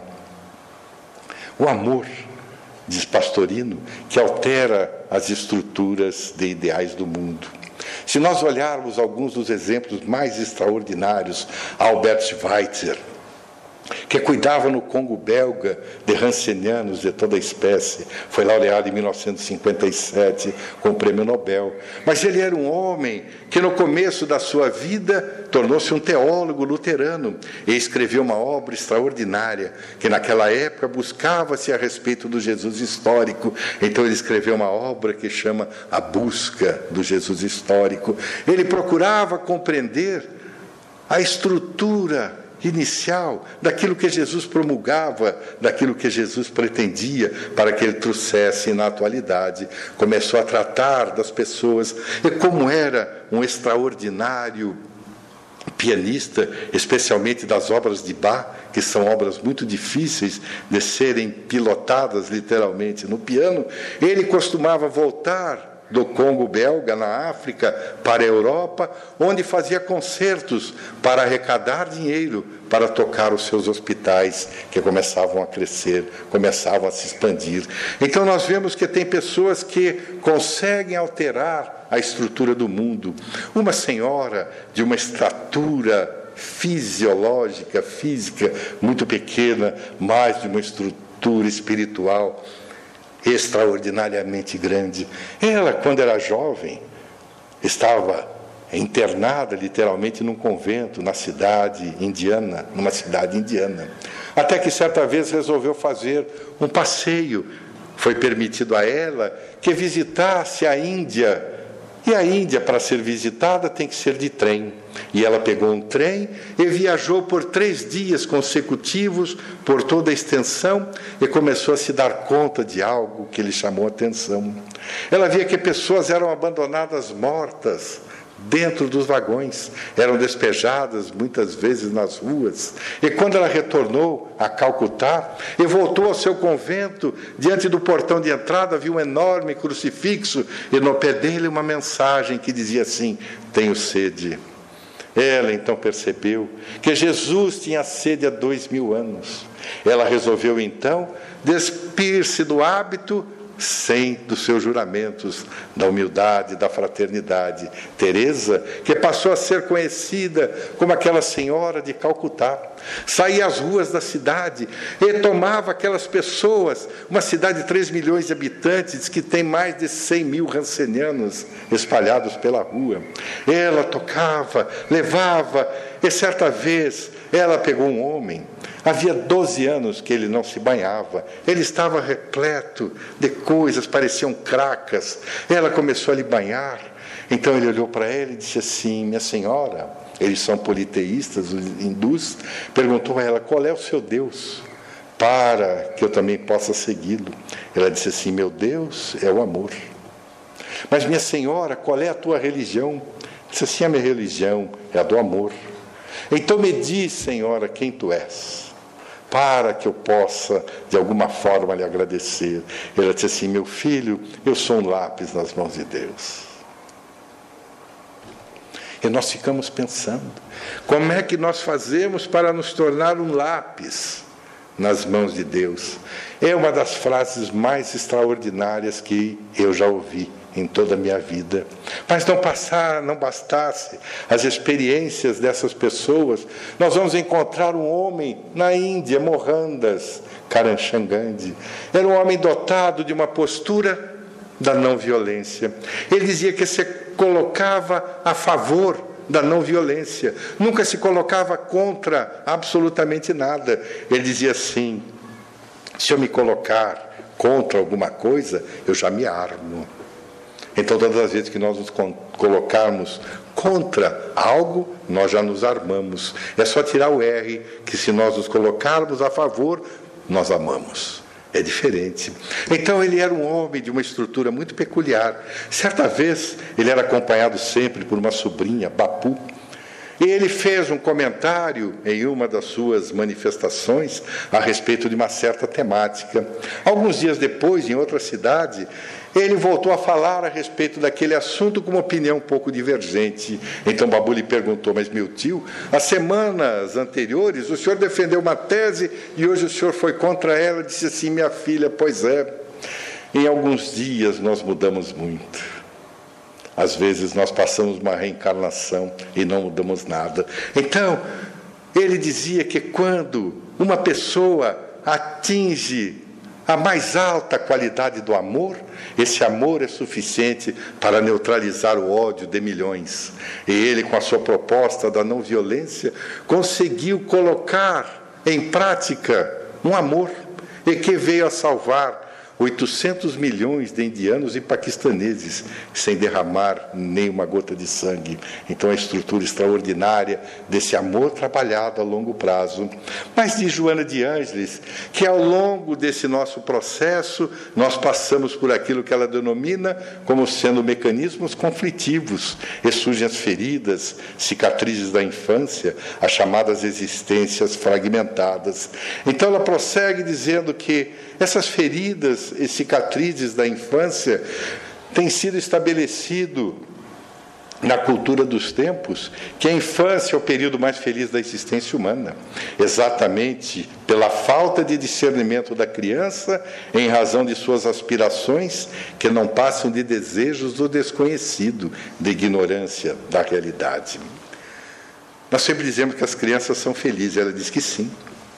[SPEAKER 1] O amor, diz Pastorino, que altera as estruturas de ideais do mundo. Se nós olharmos alguns dos exemplos mais extraordinários, Albert Schweitzer, que cuidava no Congo belga de rancenianos de toda a espécie, foi laureado em mil novecentos e cinquenta e sete com o Prêmio Nobel. Mas ele era um homem que no começo da sua vida tornou-se um teólogo luterano e escreveu uma obra extraordinária, que naquela época buscava-se a respeito do Jesus histórico. Então ele escreveu uma obra que chama A Busca do Jesus Histórico. Ele procurava compreender a estrutura inicial daquilo que Jesus promulgava, daquilo que Jesus pretendia para que ele trouxesse na atualidade. Começou a tratar das pessoas, e como era um extraordinário pianista, especialmente das obras de Bach, que são obras muito difíceis de serem pilotadas literalmente no piano, ele costumava voltar do Congo belga, na África, para a Europa, onde fazia concertos para arrecadar dinheiro para tocar os seus hospitais, que começavam a crescer, começavam a se expandir. Então nós vemos que tem pessoas que conseguem alterar a estrutura do mundo. Uma senhora de uma estatura fisiológica, física, muito pequena, mas de uma estrutura espiritual extraordinariamente grande. Ela, quando era jovem, estava internada literalmente num convento na cidade indiana, numa cidade indiana. Até que certa vez resolveu fazer um passeio. Foi permitido a ela que visitasse a Índia. E a Índia, para ser visitada, tem que ser de trem. E ela pegou um trem e viajou por três dias consecutivos por toda a extensão e começou a se dar conta de algo que lhe chamou a atenção. Ela via que pessoas eram abandonadas mortas dentro dos vagões, eram despejadas muitas vezes nas ruas. E quando ela retornou a Calcutá e voltou ao seu convento, diante do portão de entrada viu um enorme crucifixo e no pé dele uma mensagem que dizia assim: tenho sede. Ela então percebeu que Jesus tinha sede há dois mil anos. Ela resolveu então despir-se do hábito sem dos seus juramentos, da humildade, da fraternidade. Teresa, que passou a ser conhecida como aquela senhora de Calcutá, saía às ruas da cidade e tomava aquelas pessoas, uma cidade de três milhões de habitantes, que tem mais de cem mil rancenianos espalhados pela rua. Ela tocava, levava, e certa vez ela pegou um homem. Havia doze anos que ele não se banhava. Ele estava repleto de coisas, pareciam cracas. Ela começou a lhe banhar. Então ele olhou para ela e disse assim: minha senhora, eles são politeístas, os hindus, perguntou a ela: qual é o seu Deus, para que eu também possa segui-lo? Ela disse assim: meu Deus é o amor. Mas minha senhora, qual é a tua religião? Disse assim: a minha religião é a do amor. Então me diz, senhora, quem tu és, para que eu possa, de alguma forma, lhe agradecer. Ela disse assim: meu filho, eu sou um lápis nas mãos de Deus. E nós ficamos pensando, como é que nós fazemos para nos tornar um lápis nas mãos de Deus? É uma das frases mais extraordinárias que eu já ouvi em toda a minha vida. Mas não passar, não bastasse as experiências dessas pessoas, nós vamos encontrar um homem na Índia, Mohandas Karamchand Gandhi. Era um homem dotado de uma postura da não violência. Ele dizia que se colocava a favor da não violência, nunca se colocava contra absolutamente nada. Ele dizia assim: se eu me colocar contra alguma coisa, eu já me armo. Então, todas as vezes que nós nos colocarmos contra algo, nós já nos armamos. É só tirar o R, que se nós nos colocarmos a favor, nós amamos. É diferente. Então, ele era um homem de uma estrutura muito peculiar. Certa vez, ele era acompanhado sempre por uma sobrinha, Bapu. E ele fez um comentário em uma das suas manifestações a respeito de uma certa temática. Alguns dias depois, em outra cidade, ele voltou a falar a respeito daquele assunto com uma opinião um pouco divergente. Então Babu lhe perguntou: mas meu tio, as semanas anteriores o senhor defendeu uma tese e hoje o senhor foi contra ela. Disse assim: minha filha, pois é, em alguns dias nós mudamos muito. Às vezes nós passamos uma reencarnação e não mudamos nada. Então, ele dizia que quando uma pessoa atinge a mais alta qualidade do amor, esse amor é suficiente para neutralizar o ódio de milhões. E ele, com a sua proposta da não violência, conseguiu colocar em prática um amor e que veio a salvar oitocentos milhões de indianos e paquistaneses sem derramar nem uma gota de sangue. Então, a estrutura extraordinária desse amor trabalhado a longo prazo. Mas diz Joana de Ângeles que ao longo desse nosso processo nós passamos por aquilo que ela denomina como sendo mecanismos conflitivos, e surgem as feridas, cicatrizes da infância, as chamadas existências fragmentadas. Então ela prossegue dizendo que essas feridas e cicatrizes da infância têm sido estabelecido na cultura dos tempos que a infância é o período mais feliz da existência humana, exatamente pela falta de discernimento da criança em razão de suas aspirações que não passam de desejos do desconhecido, de ignorância da realidade. Nós sempre dizemos que as crianças são felizes, ela diz que sim,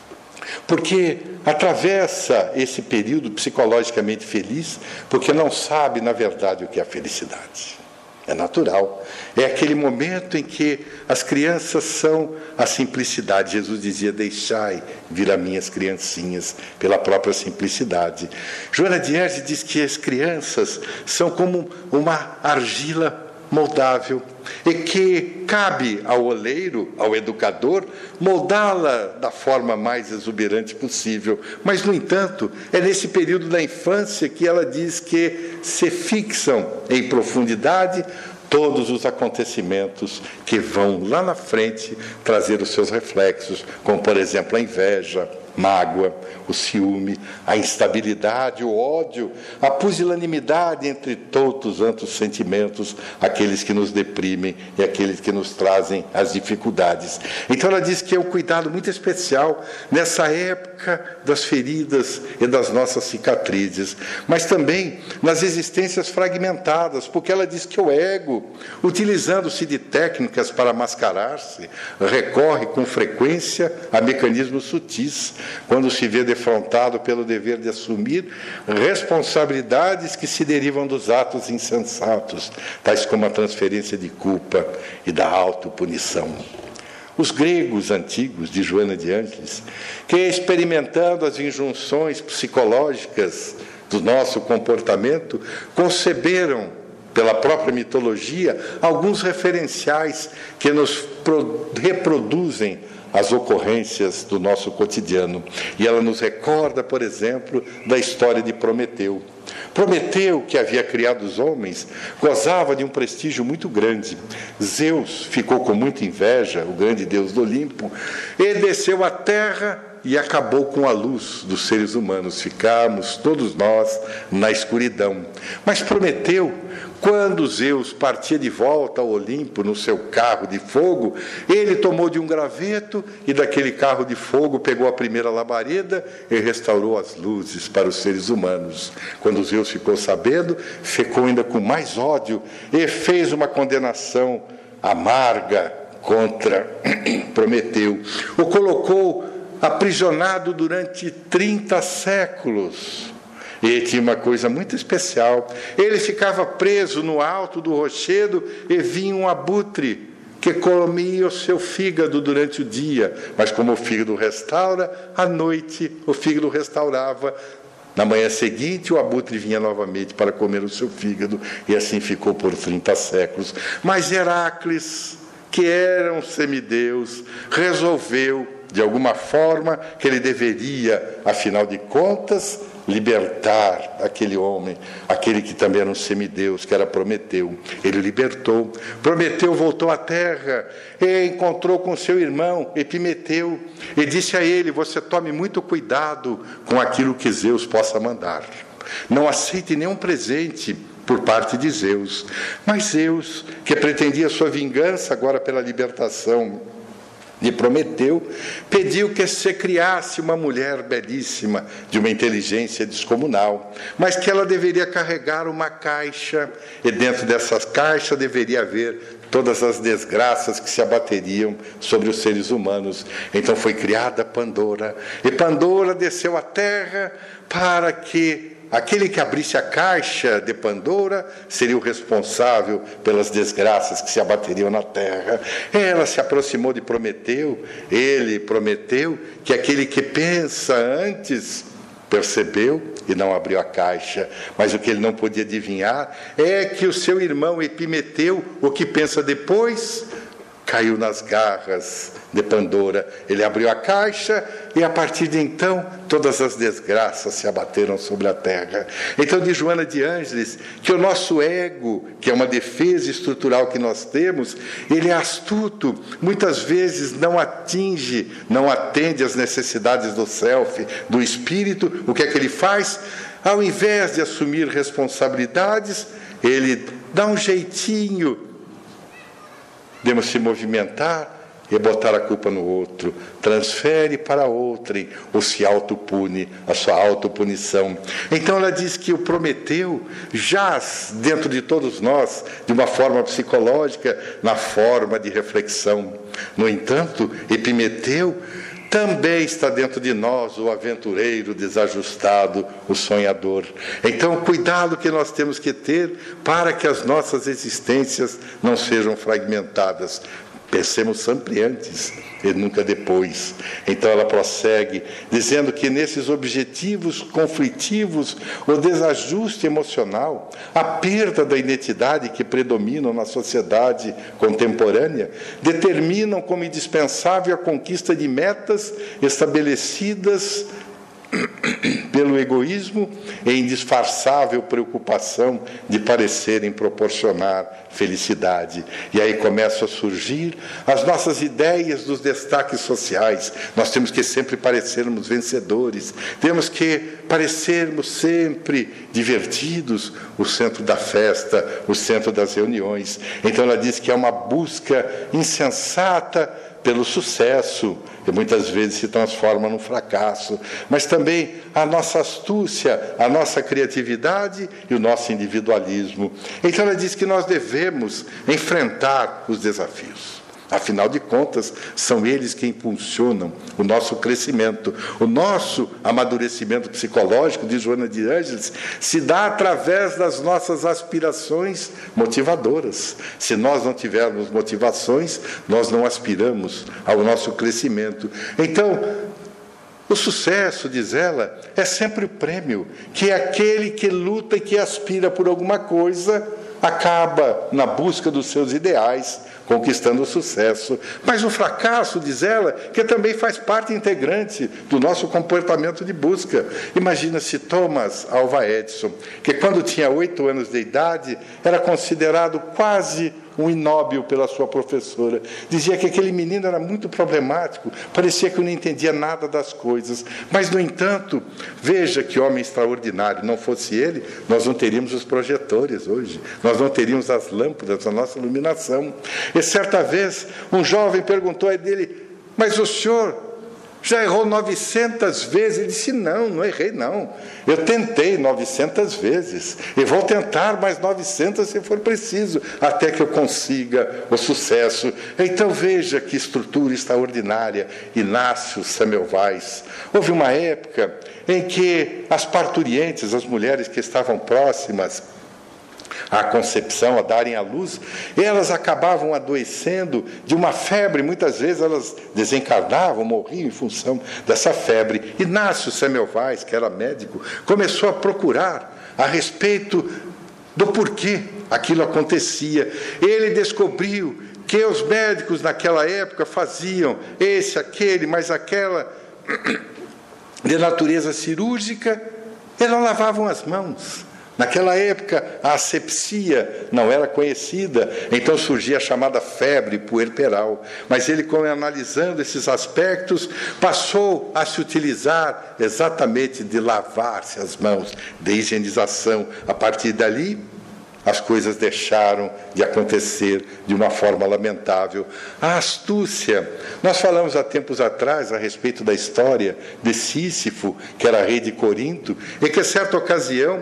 [SPEAKER 1] porque atravessa esse período psicologicamente feliz, porque não sabe, na verdade, o que é a felicidade. É natural. É aquele momento em que as crianças são a simplicidade. Jesus dizia: deixai vir a minhas criancinhas, pela própria simplicidade. Joana de Ângeles diz que as crianças são como uma argila moldável, e que cabe ao oleiro, ao educador, moldá-la da forma mais exuberante possível. Mas, no entanto, é nesse período da infância que ela diz que se fixam em profundidade todos os acontecimentos que vão lá na frente trazer os seus reflexos, como, por exemplo, a inveja, mágoa, o ciúme, a instabilidade, o ódio, a pusilanimidade entre todos os tantos sentimentos, aqueles que nos deprimem e aqueles que nos trazem as dificuldades. Então ela diz que é um cuidado muito especial nessa época das feridas e das nossas cicatrizes, mas também nas existências fragmentadas, porque ela diz que o ego, utilizando-se de técnicas para mascarar-se, recorre com frequência a mecanismos sutis, quando se vê defrontado pelo dever de assumir responsabilidades que se derivam dos atos insensatos, tais como a transferência de culpa e da autopunição. Os gregos antigos, de Joana de Ângeles, que experimentando as injunções psicológicas do nosso comportamento, conceberam, pela própria mitologia, alguns referenciais que nos reproduzem as ocorrências do nosso cotidiano. E ela nos recorda, por exemplo, da história de Prometeu. Prometeu, que havia criado os homens, gozava de um prestígio muito grande. Zeus ficou com muita inveja, o grande deus do Olimpo, e desceu à terra e acabou com a luz dos seres humanos. Ficamos todos nós na escuridão. Mas Prometeu, quando Zeus partia de volta ao Olimpo no seu carro de fogo, ele tomou de um graveto e daquele carro de fogo pegou a primeira labareda e restaurou as luzes para os seres humanos. Quando Zeus ficou sabendo, ficou ainda com mais ódio e fez uma condenação amarga contra Prometeu. O colocou aprisionado durante trinta séculos. E tinha uma coisa muito especial. Ele ficava preso no alto do rochedo e vinha um abutre que comia o seu fígado durante o dia. Mas como o fígado restaura, à noite o fígado restaurava. Na manhã seguinte, o abutre vinha novamente para comer o seu fígado. E assim ficou por trinta séculos. Mas Heracles, que era um semideus, resolveu, de alguma forma, que ele deveria, afinal de contas, libertar aquele homem, aquele que também era um semideus, que era Prometeu. Ele libertou. Prometeu voltou à terra e encontrou com seu irmão Epimeteu e disse a ele: você tome muito cuidado com aquilo que Zeus possa mandar. Não aceite nenhum presente por parte de Zeus. Mas Zeus, que pretendia sua vingança agora pela libertação de Prometeu, pediu que se criasse uma mulher belíssima, de uma inteligência descomunal, mas que ela deveria carregar uma caixa, e dentro dessa caixa deveria haver todas as desgraças que se abateriam sobre os seres humanos. Então foi criada Pandora, e Pandora desceu à terra para que aquele que abrisse a caixa de Pandora seria o responsável pelas desgraças que se abateriam na terra. Ela se aproximou de Prometeu, ele prometeu que aquele que pensa antes percebeu e não abriu a caixa. Mas o que ele não podia adivinhar é que o seu irmão Epimeteu, o que pensa depois, caiu nas garras de Pandora. Ele abriu a caixa e, a partir de então, todas as desgraças se abateram sobre a terra. Então, diz Joana de Ângeles que o nosso ego, que é uma defesa estrutural que nós temos, ele é astuto, muitas vezes não atinge, não atende às necessidades do self, do espírito. O que é que ele faz? Ao invés de assumir responsabilidades, ele dá um jeitinho de se movimentar e botar a culpa no outro, transfere para outrem ou se autopune, a sua autopunição. Então ela diz que o Prometeu jaz dentro de todos nós, de uma forma psicológica, na forma de reflexão. No entanto, Epimeteu também está dentro de nós, o aventureiro desajustado, o sonhador. Então, o cuidado que nós temos que ter para que as nossas existências não sejam fragmentadas. Pensemos sempre antes e nunca depois. Então ela prossegue, dizendo que nesses objetivos conflitivos, o desajuste emocional, a perda da identidade que predominam na sociedade contemporânea, determinam como indispensável a conquista de metas estabelecidas pelo egoísmo e indisfarçável preocupação de parecerem proporcionar felicidade. E aí começam a surgir as nossas ideias dos destaques sociais. Nós temos que sempre parecermos vencedores, temos que parecermos sempre divertidos, o centro da festa, o centro das reuniões. Então ela diz que é uma busca insensata pelo sucesso, que muitas vezes se transforma num fracasso, mas também a nossa astúcia, a nossa criatividade e o nosso individualismo. Então ela diz que nós devemos enfrentar os desafios. Afinal de contas, são eles que impulsionam o nosso crescimento. O nosso amadurecimento psicológico, diz Joana de Ângeles, se dá através das nossas aspirações motivadoras. Se nós não tivermos motivações, nós não aspiramos ao nosso crescimento. Então, o sucesso, diz ela, é sempre o prêmio, que é aquele que luta e que aspira por alguma coisa, acaba na busca dos seus ideais, conquistando o sucesso. Mas o fracasso, diz ela, que também faz parte integrante do nosso comportamento de busca. Imagina se Thomas Alva Edison, que quando tinha oito anos de idade, era considerado quase um inóbil pela sua professora. Dizia que aquele menino era muito problemático, parecia que não entendia nada das coisas. Mas, no entanto, veja que homem extraordinário. Não fosse ele, nós não teríamos os projetores hoje, nós não teríamos as lâmpadas, a nossa iluminação. E certa vez, um jovem perguntou a dele: mas o senhor já errou novecentas vezes? Ele disse: não, não errei não. Eu tentei novecentas vezes e vou tentar mais novecentas se for preciso, até que eu consiga o sucesso. Então veja que estrutura extraordinária. Inácio Semmelweis. Houve uma época em que as parturientes, as mulheres que estavam próximas à concepção, a darem à luz, elas acabavam adoecendo de uma febre. Muitas vezes elas desencarnavam, morriam em função dessa febre. Inácio Semmelweis, que era médico, começou a procurar a respeito do porquê aquilo acontecia. Ele descobriu que os médicos naquela época faziam esse, aquele, mas aquela de natureza cirúrgica, e não lavavam as mãos. Naquela época, a asepsia não era conhecida, então surgia a chamada febre puerperal. Mas ele, analisando esses aspectos, passou a se utilizar exatamente de lavar-se as mãos, de higienização. A partir dali, as coisas deixaram de acontecer de uma forma lamentável. A astúcia. Nós falamos há tempos atrás a respeito da história de Sísifo, que era rei de Corinto, e que, em certa ocasião,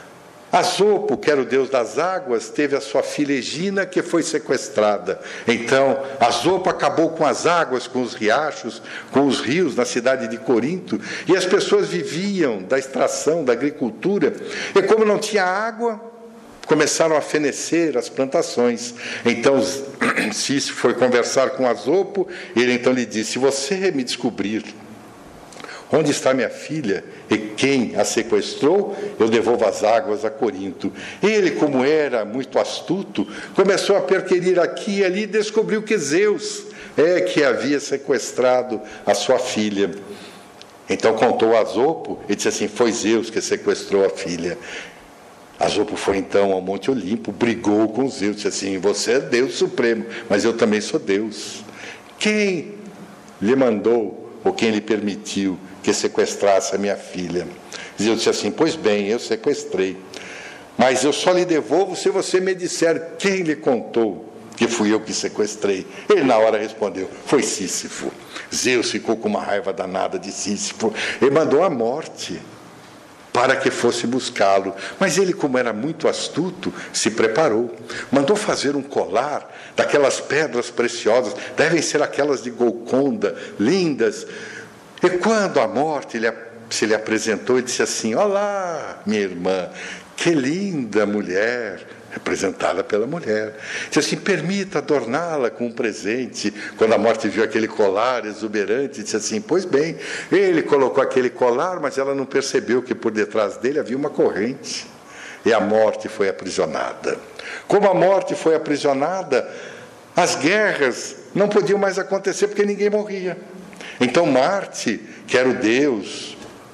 [SPEAKER 1] Asopo, que era o deus das águas, teve a sua filha Egina, que foi sequestrada. Então, Asopo acabou com as águas, com os riachos, com os rios na cidade de Corinto, e as pessoas viviam da extração, da agricultura, e como não tinha água, começaram a fenecer as plantações. Então, Sísifo foi conversar com Asopo, e ele então lhe disse: se você me descobrir onde está minha filha e quem a sequestrou, eu devolvo as águas a Corinto. Ele, como era muito astuto, começou a perquerir aqui e ali e descobriu que Zeus é que havia sequestrado a sua filha. Então contou a Asopo e disse assim: foi Zeus que sequestrou a filha. Asopo foi então ao Monte Olimpo, brigou com Zeus, disse assim: você é Deus supremo, mas eu também sou Deus. Quem lhe mandou ou quem lhe permitiu que sequestrasse a minha filha? Zeus disse assim: pois bem, eu sequestrei, mas eu só lhe devolvo se você me disser quem lhe contou que fui eu que sequestrei. Ele na hora respondeu: foi Sísifo. Zeus ficou com uma raiva danada de Sísifo e mandou a morte para que fosse buscá-lo. Mas ele, como era muito astuto, se preparou. Mandou fazer um colar daquelas pedras preciosas, devem ser aquelas de Golconda, lindas. E quando a morte lhe, se lhe apresentou, ele disse assim: olá, minha irmã, que linda mulher, representada pela mulher. Disse assim: permita adorná-la com um presente. Quando a morte viu aquele colar exuberante, disse assim: pois bem, ele colocou aquele colar, mas ela não percebeu que por detrás dele havia uma corrente. E a morte foi aprisionada. Como a morte foi aprisionada, as guerras não podiam mais acontecer porque ninguém morria. Então Marte, que era o deus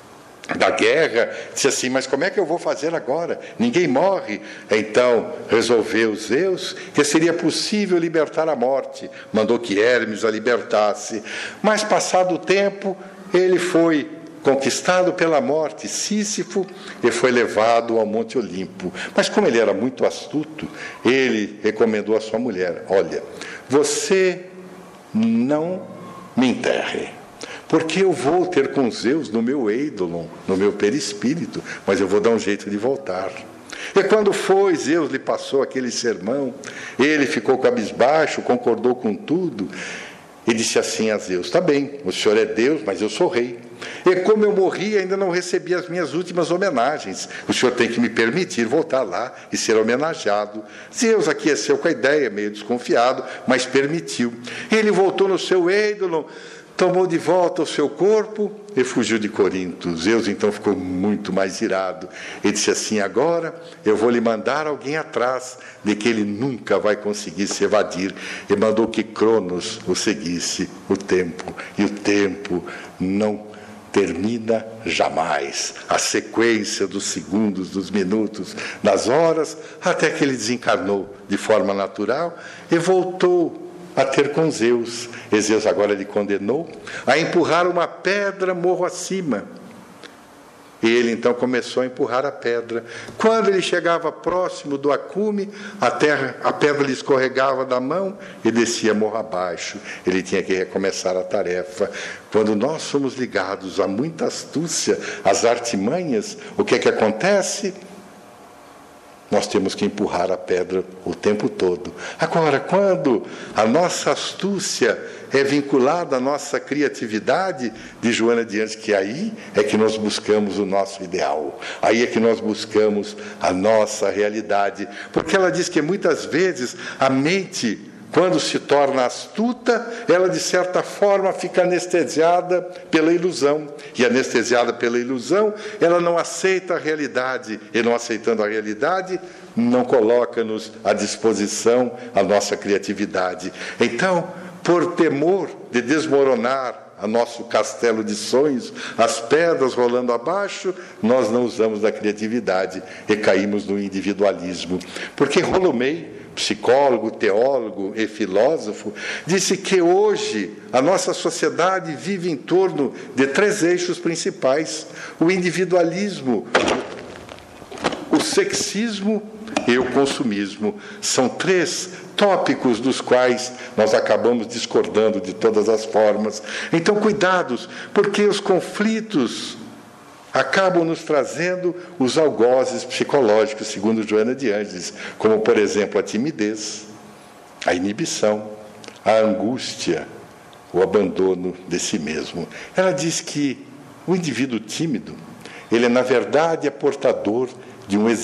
[SPEAKER 1] da guerra, disse assim, mas como é que eu vou fazer agora? Ninguém morre. Então resolveu Zeus que seria possível libertar a morte, mandou que Hermes a libertasse, mas passado o tempo ele foi conquistado pela morte, Sísifo, e foi levado ao Monte Olimpo. Mas como ele era muito astuto, ele recomendou à sua mulher, olha, você não me enterre, porque eu vou ter com Zeus no meu eidolon, no meu perispírito, mas eu vou dar um jeito de voltar. E quando foi, Zeus lhe passou aquele sermão, ele ficou cabisbaixo, concordou com tudo, e disse assim a Zeus, tá bem, o senhor é Deus, mas eu sou rei. E como eu morri, ainda não recebi as minhas últimas homenagens. O senhor tem que me permitir voltar lá e ser homenageado. Zeus aqueceu com a ideia, meio desconfiado, mas permitiu. Ele voltou no seu eidolon, tomou de volta o seu corpo e fugiu de Corinto. Zeus então ficou muito mais irado. Ele disse assim, agora eu vou lhe mandar alguém atrás, de que ele nunca vai conseguir se evadir. E mandou que Cronos o seguisse o tempo. E o tempo não termina jamais. A sequência dos segundos, dos minutos, das horas, até que ele desencarnou de forma natural e voltou a ter com Zeus. E Zeus agora lhe condenou a empurrar uma pedra morro acima. E ele então começou a empurrar a pedra. Quando ele chegava próximo do acume, a, terra, a pedra lhe escorregava da mão e descia morro abaixo. Ele tinha que recomeçar a tarefa. Quando nós somos ligados a muita astúcia, às artimanhas, o que é que acontece? Nós temos que empurrar a pedra o tempo todo. Agora, quando a nossa astúcia é vinculada à nossa criatividade, de Joana de Ângeles, que aí é que nós buscamos o nosso ideal, aí é que nós buscamos a nossa realidade, porque ela diz que muitas vezes a mente, quando se torna astuta, ela de certa forma fica anestesiada pela ilusão. E anestesiada pela ilusão, ela não aceita a realidade. E não aceitando a realidade, não coloca-nos à disposição a nossa criatividade. Então, por temor de desmoronar a nosso castelo de sonhos, as pedras rolando abaixo, nós não usamos da criatividade e caímos no individualismo. Porque Rolomei, psicólogo, teólogo e filósofo, disse que hoje a nossa sociedade vive em torno de três eixos principais: o individualismo, o sexismo e o consumismo. São três tópicos dos quais nós acabamos discordando de todas as formas. Então, cuidados, porque os conflitos acabam nos trazendo os algozes psicológicos, segundo Joana de Ângeles, como, por exemplo, a timidez, a inibição, a angústia, o abandono de si mesmo. Ela diz que o indivíduo tímido, ele, na verdade, é portador de um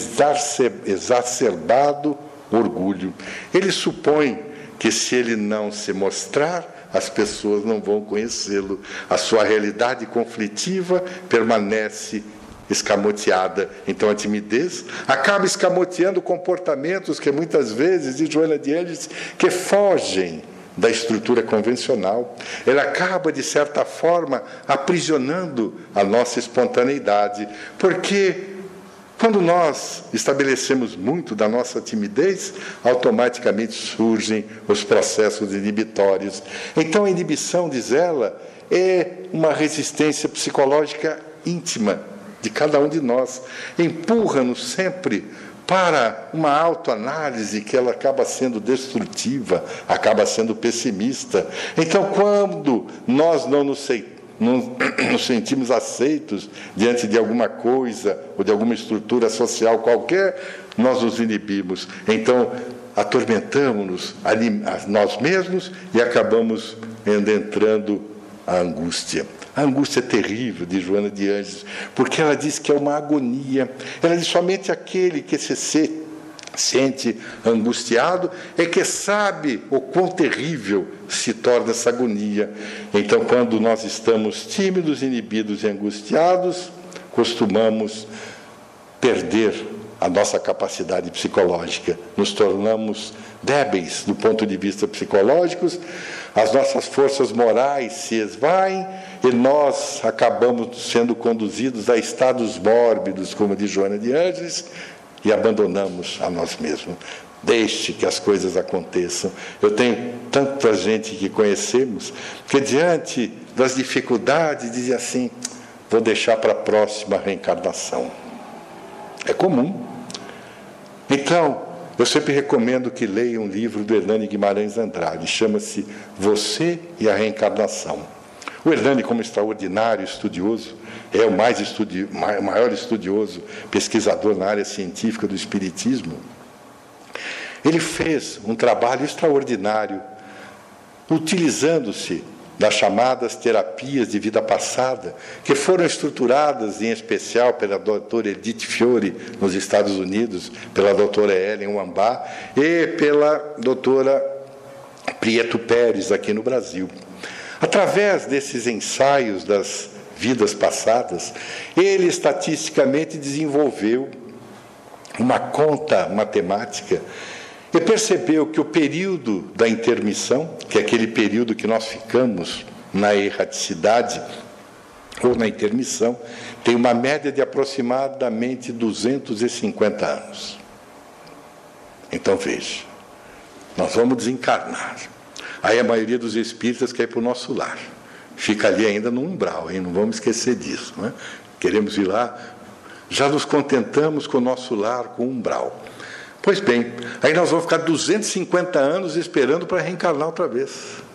[SPEAKER 1] exacerbado orgulho. Ele supõe que, se ele não se mostrar, as pessoas não vão conhecê-lo. A sua realidade conflitiva permanece escamoteada. Então, a timidez acaba escamoteando comportamentos que muitas vezes, diz Joana de Ângeles, que fogem da estrutura convencional. Ela acaba, de certa forma, aprisionando a nossa espontaneidade, porque quando nós estabelecemos muito da nossa timidez, automaticamente surgem os processos inibitórios. Então, a inibição, diz ela, é uma resistência psicológica íntima de cada um de nós. Empurra-nos sempre para uma autoanálise que ela acaba sendo destrutiva, acaba sendo pessimista. Então, quando nós não nos aceitamos, Não nos sentimos aceitos diante de alguma coisa ou de alguma estrutura social qualquer, nós nos inibimos. Então, atormentamos-nos a nós mesmos e acabamos entrando a angústia. A angústia é terrível, diz Joana de Ângeles, porque ela diz que é uma agonia. Ela diz somente aquele que se sente angustiado é que sabe o quão terrível se torna essa agonia. Então, quando nós estamos tímidos, inibidos e angustiados, costumamos perder a nossa capacidade psicológica, nos tornamos débeis do ponto de vista psicológico, as nossas forças morais se esvaem e nós acabamos sendo conduzidos a estados mórbidos, como diz Joana de Ângeles, e abandonamos a nós mesmos. Deixe que as coisas aconteçam. Eu tenho tanta gente que conhecemos que, diante das dificuldades, dizem assim: vou deixar para a próxima reencarnação. É comum. Então, eu sempre recomendo que leiam um livro do Hernani Guimarães Andrade, chama-se Você e a Reencarnação. O Hernani, como extraordinário estudioso, é o mais estudi- maior estudioso, pesquisador na área científica do espiritismo. Ele fez um trabalho extraordinário, utilizando-se das chamadas terapias de vida passada, que foram estruturadas, em especial, pela doutora Edith Fiore, nos Estados Unidos, pela doutora Ellen Wambach e pela doutora Prieto Pérez, aqui no Brasil. Através desses ensaios das vidas passadas, ele estatisticamente desenvolveu uma conta matemática e percebeu que o período da intermissão, que é aquele período que nós ficamos na erraticidade ou na intermissão, tem uma média de aproximadamente duzentos e cinquenta anos. Então, veja, nós vamos desencarnar. Aí a maioria dos espíritas quer ir para o nosso lar. Fica ali ainda no umbral, hein? Não vamos esquecer disso. Não é? Queremos ir lá, já nos contentamos com o nosso lar, com o umbral. Pois bem, aí nós vamos ficar duzentos e cinquenta anos esperando para reencarnar outra vez.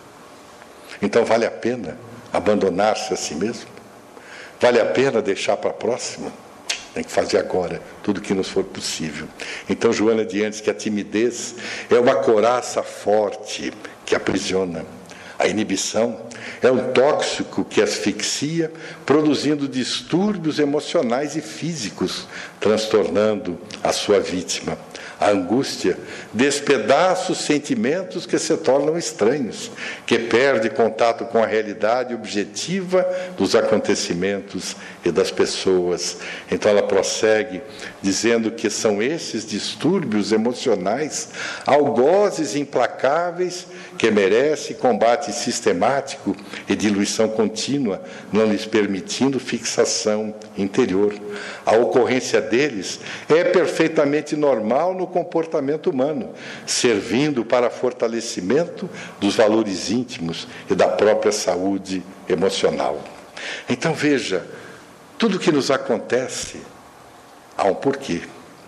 [SPEAKER 1] Então vale a pena abandonar-se a si mesmo? Vale a pena deixar para a próxima? Tem que fazer agora, tudo que nos for possível. Então Joana diz que a timidez é uma couraça forte que aprisiona. A inibição é um tóxico que asfixia, produzindo distúrbios emocionais e físicos, transtornando a sua vítima. A angústia despedaça os sentimentos que se tornam estranhos, que perde contato com a realidade objetiva dos acontecimentos e das pessoas. Então ela prossegue dizendo que são esses distúrbios emocionais, algozes implacáveis, que merece combate sistemático e diluição contínua, não lhes permitindo fixação interior. A ocorrência deles é perfeitamente normal no comportamento humano, servindo para fortalecimento dos valores íntimos e da própria saúde emocional. Então veja, tudo que nos acontece há um porquê.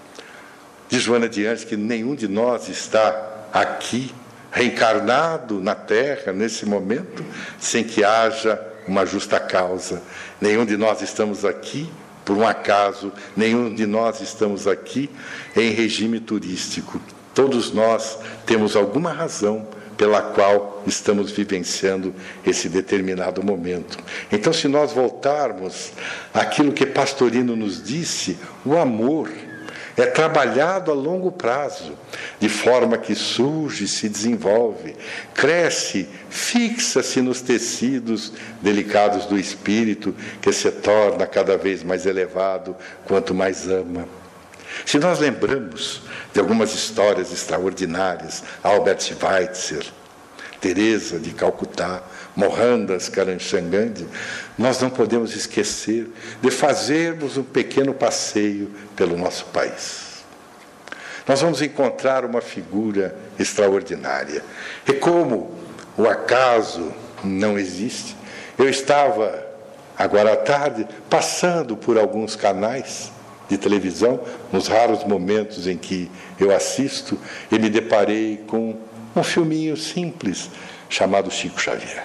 [SPEAKER 1] Diz Joana de Ângeles que nenhum de nós está aqui reencarnado na Terra nesse momento sem que haja uma justa causa. Nenhum de nós estamos aqui por um acaso, nenhum de nós estamos aqui em regime turístico. Todos nós temos alguma razão pela qual estamos vivenciando esse determinado momento. Então, se nós voltarmos àquilo que Pastorino nos disse, o amor é trabalhado a longo prazo, de forma que surge, se desenvolve, cresce, fixa-se nos tecidos delicados do espírito, que se torna cada vez mais elevado quanto mais ama. Se nós lembramos de algumas histórias extraordinárias, Albert Schweitzer, Teresa de Calcutá, Mohandas Karamchand Gandhi, nós não podemos esquecer de fazermos um pequeno passeio pelo nosso país. Nós vamos encontrar uma figura extraordinária. E como o acaso não existe, eu estava, agora à tarde, passando por alguns canais de televisão, nos raros momentos em que eu assisto, e me deparei com um filminho simples chamado Chico Xavier.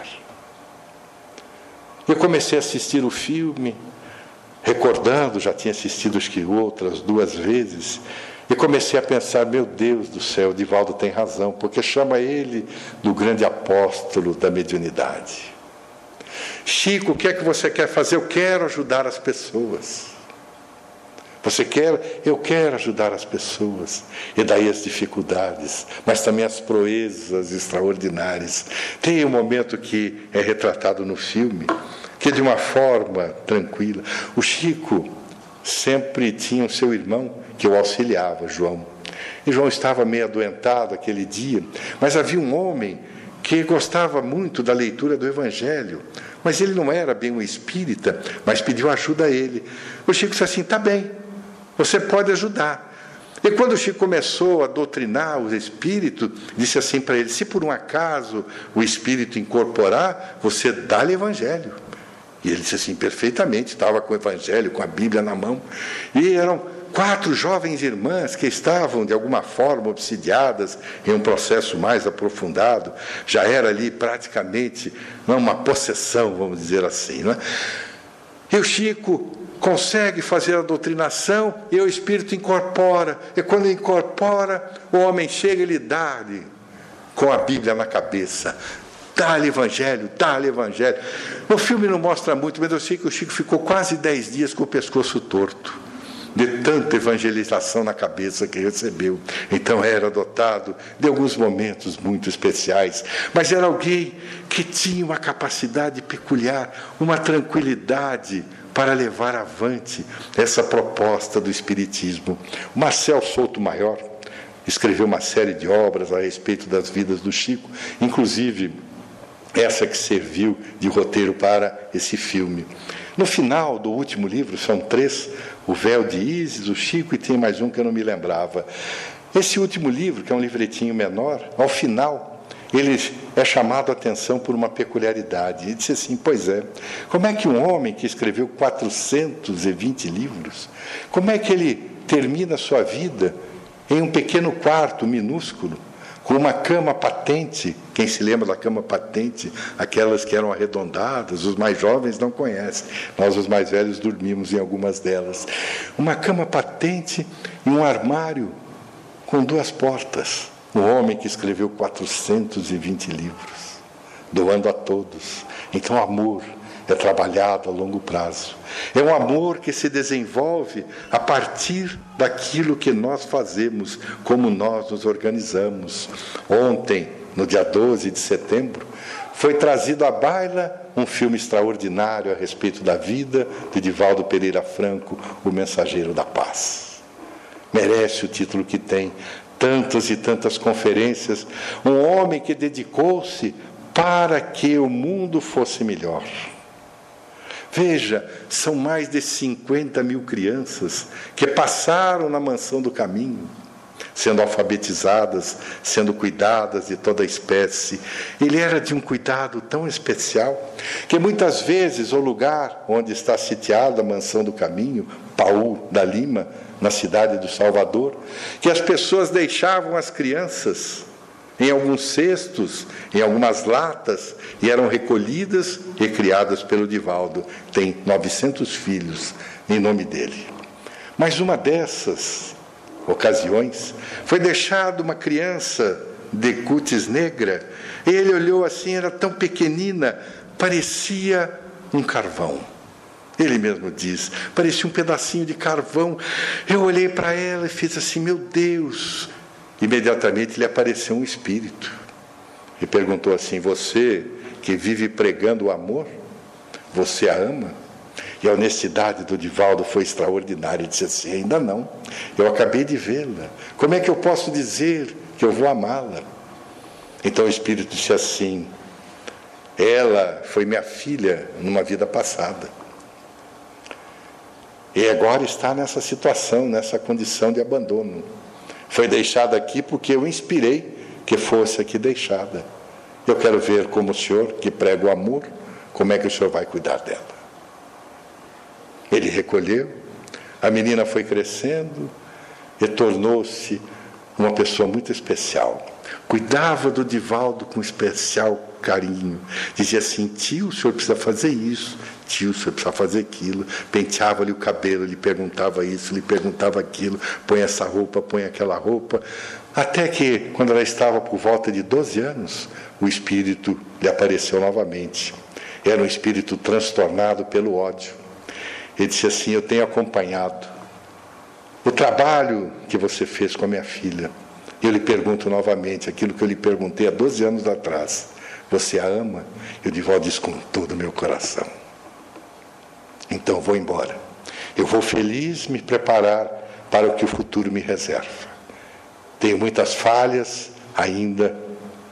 [SPEAKER 1] Eu comecei a assistir o filme, recordando, já tinha assistido acho que outras duas vezes, e comecei a pensar, meu Deus do céu, Divaldo tem razão, porque chama ele do grande apóstolo da mediunidade. Chico, o que é que você quer fazer? Eu quero ajudar as pessoas. Você quer? Eu quero ajudar as pessoas. E daí as dificuldades, mas também as proezas extraordinárias. Tem um momento que é retratado no filme, que de uma forma tranquila. O Chico sempre tinha o seu irmão que o auxiliava, João. E João estava meio adoentado aquele dia, mas havia um homem que gostava muito da leitura do Evangelho, mas ele não era bem um espírita, mas pediu ajuda a ele. O Chico disse assim, tá bem, você pode ajudar. E quando o Chico começou a doutrinar o espírito, disse assim para ele, se por um acaso o espírito incorporar, você dá-lhe Evangelho. E ele disse assim, perfeitamente, estava com o Evangelho, com a Bíblia na mão. E eram quatro jovens irmãs que estavam, de alguma forma, obsidiadas em um processo mais aprofundado. Já era ali praticamente uma possessão, vamos dizer assim. Não é? E o Chico consegue fazer a doutrinação e o Espírito incorpora. E quando incorpora, o homem chega e lhe dá-lhe, com a Bíblia na cabeça, dá-lhe Evangelho, dá-lhe Evangelho. O filme não mostra muito, mas eu sei que o Chico ficou quase dez dias com o pescoço torto, de tanta evangelização na cabeça que recebeu. Então era dotado de alguns momentos muito especiais, mas era alguém que tinha uma capacidade peculiar, uma tranquilidade para levar avante essa proposta do Espiritismo. O Marcel Souto Maior escreveu uma série de obras a respeito das vidas do Chico, inclusive essa que serviu de roteiro para esse filme. No final do último livro, são três, O Véu de Ísis, o Chico, e tem mais um que eu não me lembrava. Esse último livro, que é um livretinho menor, ao final, ele é chamado a atenção por uma peculiaridade. Ele disse assim, pois é, como é que um homem que escreveu quatrocentos e vinte livros, como é que ele termina a sua vida em um pequeno quarto minúsculo, com uma cama patente? Quem se lembra da cama patente? Aquelas que eram arredondadas, os mais jovens não conhecem. Nós, os mais velhos, dormimos em algumas delas. Uma cama patente e um armário com duas portas. Um homem que escreveu quatrocentos e vinte livros, doando a todos. Então, amor é trabalhado a longo prazo. É um amor que se desenvolve a partir daquilo que nós fazemos, como nós nos organizamos. Ontem, no dia doze de setembro, foi trazido à baila um filme extraordinário a respeito da vida de Divaldo Pereira Franco, o Mensageiro da Paz. Merece o título que tem. Tantas e tantas conferências. Um homem que dedicou-se para que o mundo fosse melhor. Veja, são mais de cinquenta mil crianças que passaram na Mansão do Caminho, sendo alfabetizadas, sendo cuidadas de toda a espécie. Ele era de um cuidado tão especial, que muitas vezes o lugar onde está sitiada a Mansão do Caminho, Paú da Lima, na cidade do Salvador, que as pessoas deixavam as crianças em alguns cestos, em algumas latas, e eram recolhidas e criadas pelo Divaldo. Tem novecentos filhos em nome dele. Mas uma dessas ocasiões, foi deixada uma criança de cútis negra, e ele olhou assim, era tão pequenina, parecia um carvão. Ele mesmo diz, parecia um pedacinho de carvão. Eu olhei para ela e fiz assim, meu Deus. Imediatamente lhe apareceu um espírito e perguntou assim, você que vive pregando o amor, você a ama? E a honestidade do Divaldo foi extraordinária. Ele disse assim, ainda não, eu acabei de vê-la, como é que eu posso dizer que eu vou amá-la? Então o espírito disse assim, ela foi minha filha numa vida passada, e agora está nessa situação, nessa condição de abandono. Foi deixada aqui porque eu inspirei que fosse aqui deixada. Eu quero ver como o senhor, que prega o amor, como é que o senhor vai cuidar dela. Ele recolheu, a menina foi crescendo e tornou-se uma pessoa muito especial. Cuidava do Divaldo com especial carinho. Dizia assim, tio, o senhor precisa fazer isso. Tio, o senhor precisa fazer aquilo. Penteava-lhe o cabelo, lhe perguntava isso, lhe perguntava aquilo. Põe essa roupa, põe aquela roupa. Até que, quando ela estava por volta de doze anos, o espírito lhe apareceu novamente. Era um espírito transtornado pelo ódio. Ele disse assim, eu tenho acompanhado o trabalho que você fez com a minha filha. Eu lhe pergunto novamente aquilo que eu lhe perguntei há doze anos atrás. Você a ama? Eu Divaldo disse, com todo o meu coração. Então vou embora. Eu vou feliz me preparar para o que o futuro me reserva. Tenho muitas falhas ainda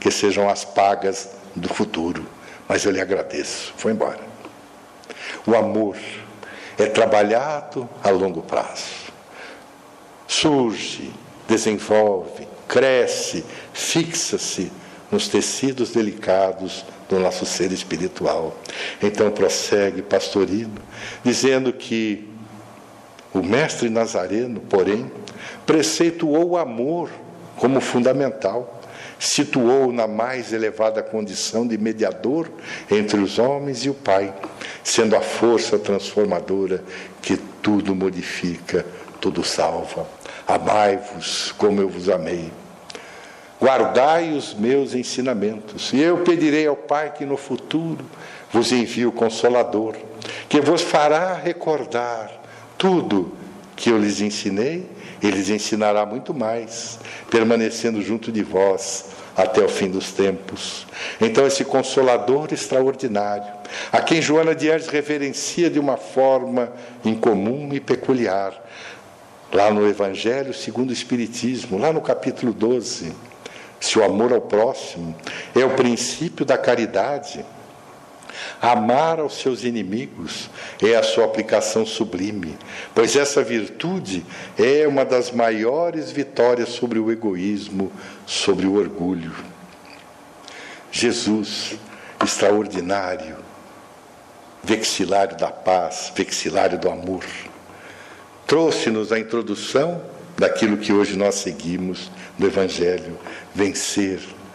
[SPEAKER 1] que sejam as pagas do futuro, mas eu lhe agradeço. Foi embora. O amor é trabalhado a longo prazo. Surge, desenvolve, cresce, fixa-se nos tecidos delicados do nosso ser espiritual. Então prossegue Pastorino, dizendo que o mestre Nazareno, porém, preceituou o amor como fundamental, situou-o na mais elevada condição de mediador entre os homens e o Pai, sendo a força transformadora que tudo modifica, tudo salva. Amai-vos como eu vos amei. Guardai os meus ensinamentos, e eu pedirei ao Pai que no futuro vos envie o Consolador, que vos fará recordar tudo que eu lhes ensinei, e lhes ensinará muito mais, permanecendo junto de vós até o fim dos tempos. Então esse Consolador extraordinário, a quem Joana de Ângeles reverencia de uma forma incomum e peculiar, lá no Evangelho segundo o Espiritismo, lá no capítulo doze, se o amor ao próximo é o princípio da caridade, amar aos seus inimigos é a sua aplicação sublime, pois essa virtude é uma das maiores vitórias sobre o egoísmo, sobre o orgulho. Jesus, extraordinário, vexilário da paz, vexilário do amor, trouxe-nos a introdução daquilo que hoje nós seguimos no Evangelho: vencer,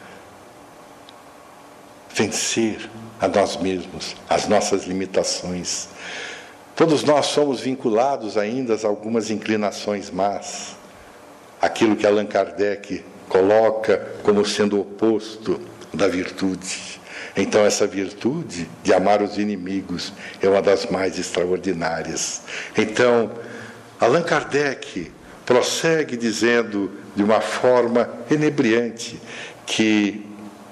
[SPEAKER 1] vencer a nós mesmos, as nossas limitações. Todos nós somos vinculados ainda a algumas inclinações más, aquilo que Allan Kardec coloca como sendo o oposto da virtude. Então essa virtude de amar os inimigos é uma das mais extraordinárias. Então Allan Kardec prossegue dizendo de uma forma enebriante que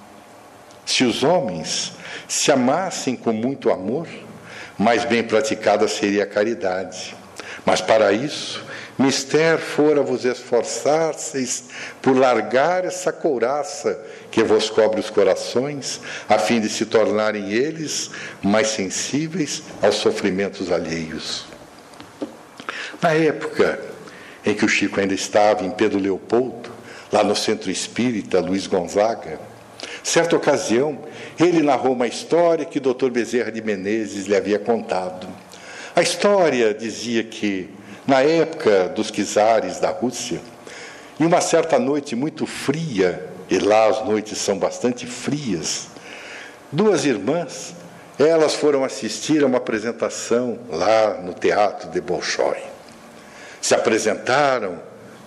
[SPEAKER 1] se os homens se amassem com muito amor, mais bem praticada seria a caridade. Mas para isso, mister fora vos esforçasseis por largar essa couraça que vos cobre os corações, a fim de se tornarem eles mais sensíveis aos sofrimentos alheios. Na época em que o Chico ainda estava em Pedro Leopoldo, lá no Centro Espírita Luiz Gonzaga, certa ocasião, ele narrou uma história que o doutor Bezerra de Menezes lhe havia contado. A história dizia que, na época dos czares da Rússia, em uma certa noite muito fria, e lá as noites são bastante frias, duas irmãs, elas foram assistir a uma apresentação lá no Teatro de Bolshoi. Se apresentaram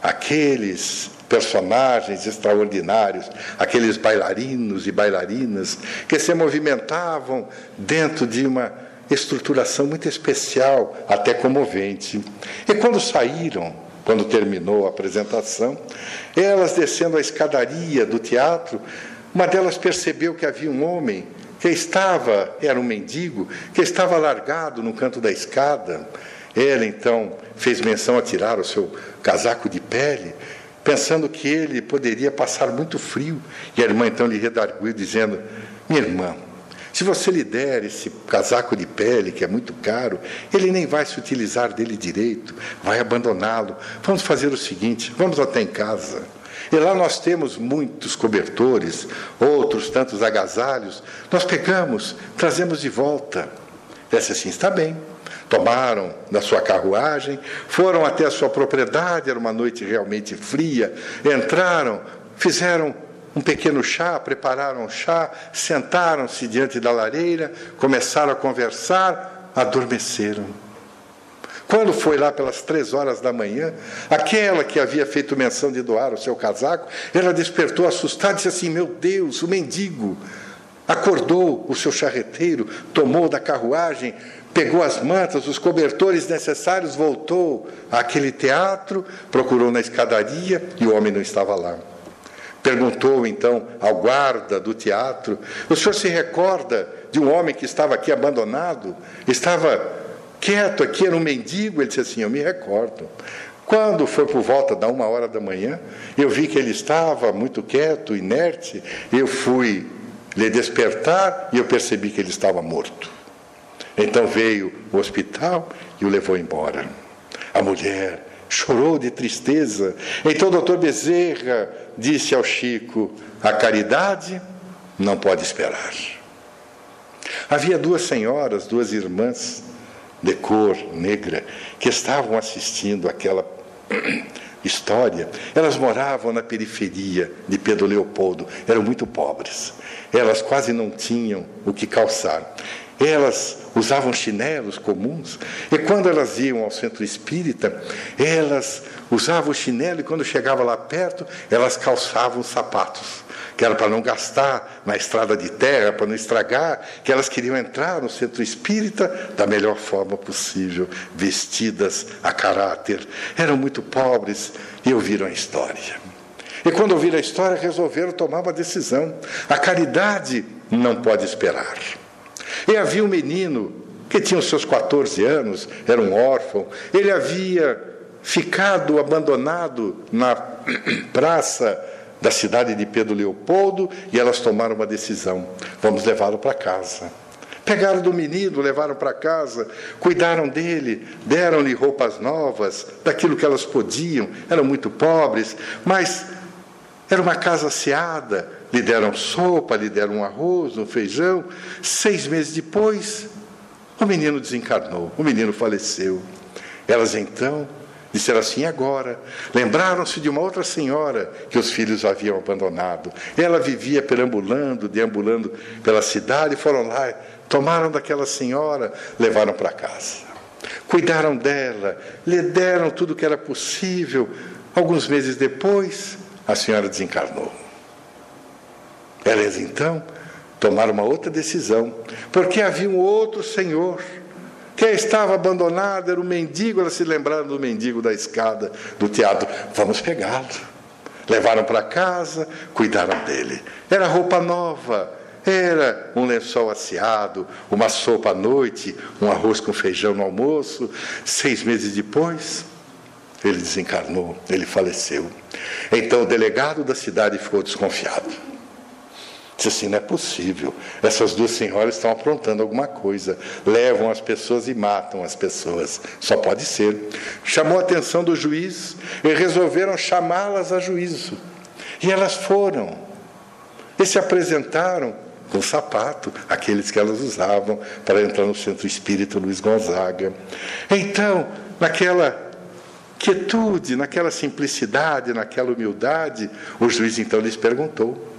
[SPEAKER 1] aqueles personagens extraordinários, aqueles bailarinos e bailarinas que se movimentavam dentro de uma estruturação muito especial, até comovente. E quando saíram, quando terminou a apresentação, elas descendo a escadaria do teatro, uma delas percebeu que havia um homem que estava, era um mendigo, que estava largado no canto da escada. Ela, então, fez menção a tirar o seu casaco de pele, pensando que ele poderia passar muito frio. E a irmã, então, lhe redarguiu, dizendo: minha irmã, se você lhe der esse casaco de pele, que é muito caro, ele nem vai se utilizar dele direito, vai abandoná-lo. Vamos fazer o seguinte, vamos até em casa. E lá nós temos muitos cobertores, outros tantos agasalhos. Nós pegamos, trazemos de volta. Disse assim: está bem. Tomaram da sua carruagem, foram até a sua propriedade, era uma noite realmente fria, entraram, fizeram um pequeno chá, prepararam um chá, sentaram-se diante da lareira, começaram a conversar, adormeceram. Quando foi lá pelas três horas da manhã, aquela que havia feito menção de doar o seu casaco, ela despertou assustada e disse assim: meu Deus, o mendigo acordou o seu charreteiro, tomou da carruagem, pegou as mantas, os cobertores necessários, voltou àquele teatro, procurou na escadaria e o homem não estava lá. Perguntou então ao guarda do teatro: o senhor se recorda de um homem que estava aqui abandonado? Estava quieto aqui, era um mendigo? Ele disse assim: eu me recordo. Quando foi por volta da uma hora da manhã, eu vi que ele estava muito quieto, inerte. Eu fui lhe despertar e eu percebi que ele estava morto. Então veio o hospital e o levou embora. A mulher chorou de tristeza. Então o doutor Bezerra disse ao Chico: a caridade não pode esperar. Havia duas senhoras, duas irmãs de cor negra, que estavam assistindo aquela história. Elas moravam na periferia de Pedro Leopoldo, eram muito pobres. Elas quase não tinham o que calçar. Elas usavam chinelos comuns, e quando elas iam ao centro espírita, elas usavam o chinelo, e quando chegava lá perto, elas calçavam os sapatos, que era para não gastar na estrada de terra, para não estragar, que elas queriam entrar no centro espírita da melhor forma possível, vestidas a caráter. Eram muito pobres e ouviram a história. E quando ouviram a história, resolveram tomar uma decisão. A caridade não pode esperar. E havia um menino que tinha os seus quatorze anos, era um órfão. Ele havia ficado abandonado na praça da cidade de Pedro Leopoldo, e elas tomaram uma decisão: vamos levá-lo para casa. Pegaram do menino, levaram para casa, cuidaram dele, deram-lhe roupas novas, daquilo que elas podiam. Eram muito pobres, mas era uma casa asseada. Lhe deram sopa, lhe deram um arroz, um feijão. Seis meses depois, o menino desencarnou, o menino faleceu. Elas então disseram assim: agora? Lembraram-se de uma outra senhora que os filhos haviam abandonado. Ela vivia perambulando, deambulando pela cidade. Foram lá, tomaram daquela senhora, levaram para casa. Cuidaram dela, lhe deram tudo o que era possível. Alguns meses depois, a senhora desencarnou. Elas então tomaram uma outra decisão, porque havia um outro senhor que estava abandonado, era um mendigo. Elas se lembraram do mendigo da escada do teatro. Vamos pegá-lo. Levaram para casa, cuidaram dele. Era roupa nova, era um lençol asseado, uma sopa à noite, um arroz com feijão no almoço. Seis meses depois, ele desencarnou, ele faleceu. Então o delegado da cidade ficou desconfiado. Disse assim: não é possível, essas duas senhoras estão aprontando alguma coisa, levam as pessoas e matam as pessoas, só pode ser. Chamou a atenção do juiz e resolveram chamá-las a juízo. E elas foram e se apresentaram com sapato, aqueles que elas usavam para entrar no Centro Espírita Luiz Gonzaga. Então, naquela quietude, naquela simplicidade, naquela humildade, o juiz então lhes perguntou: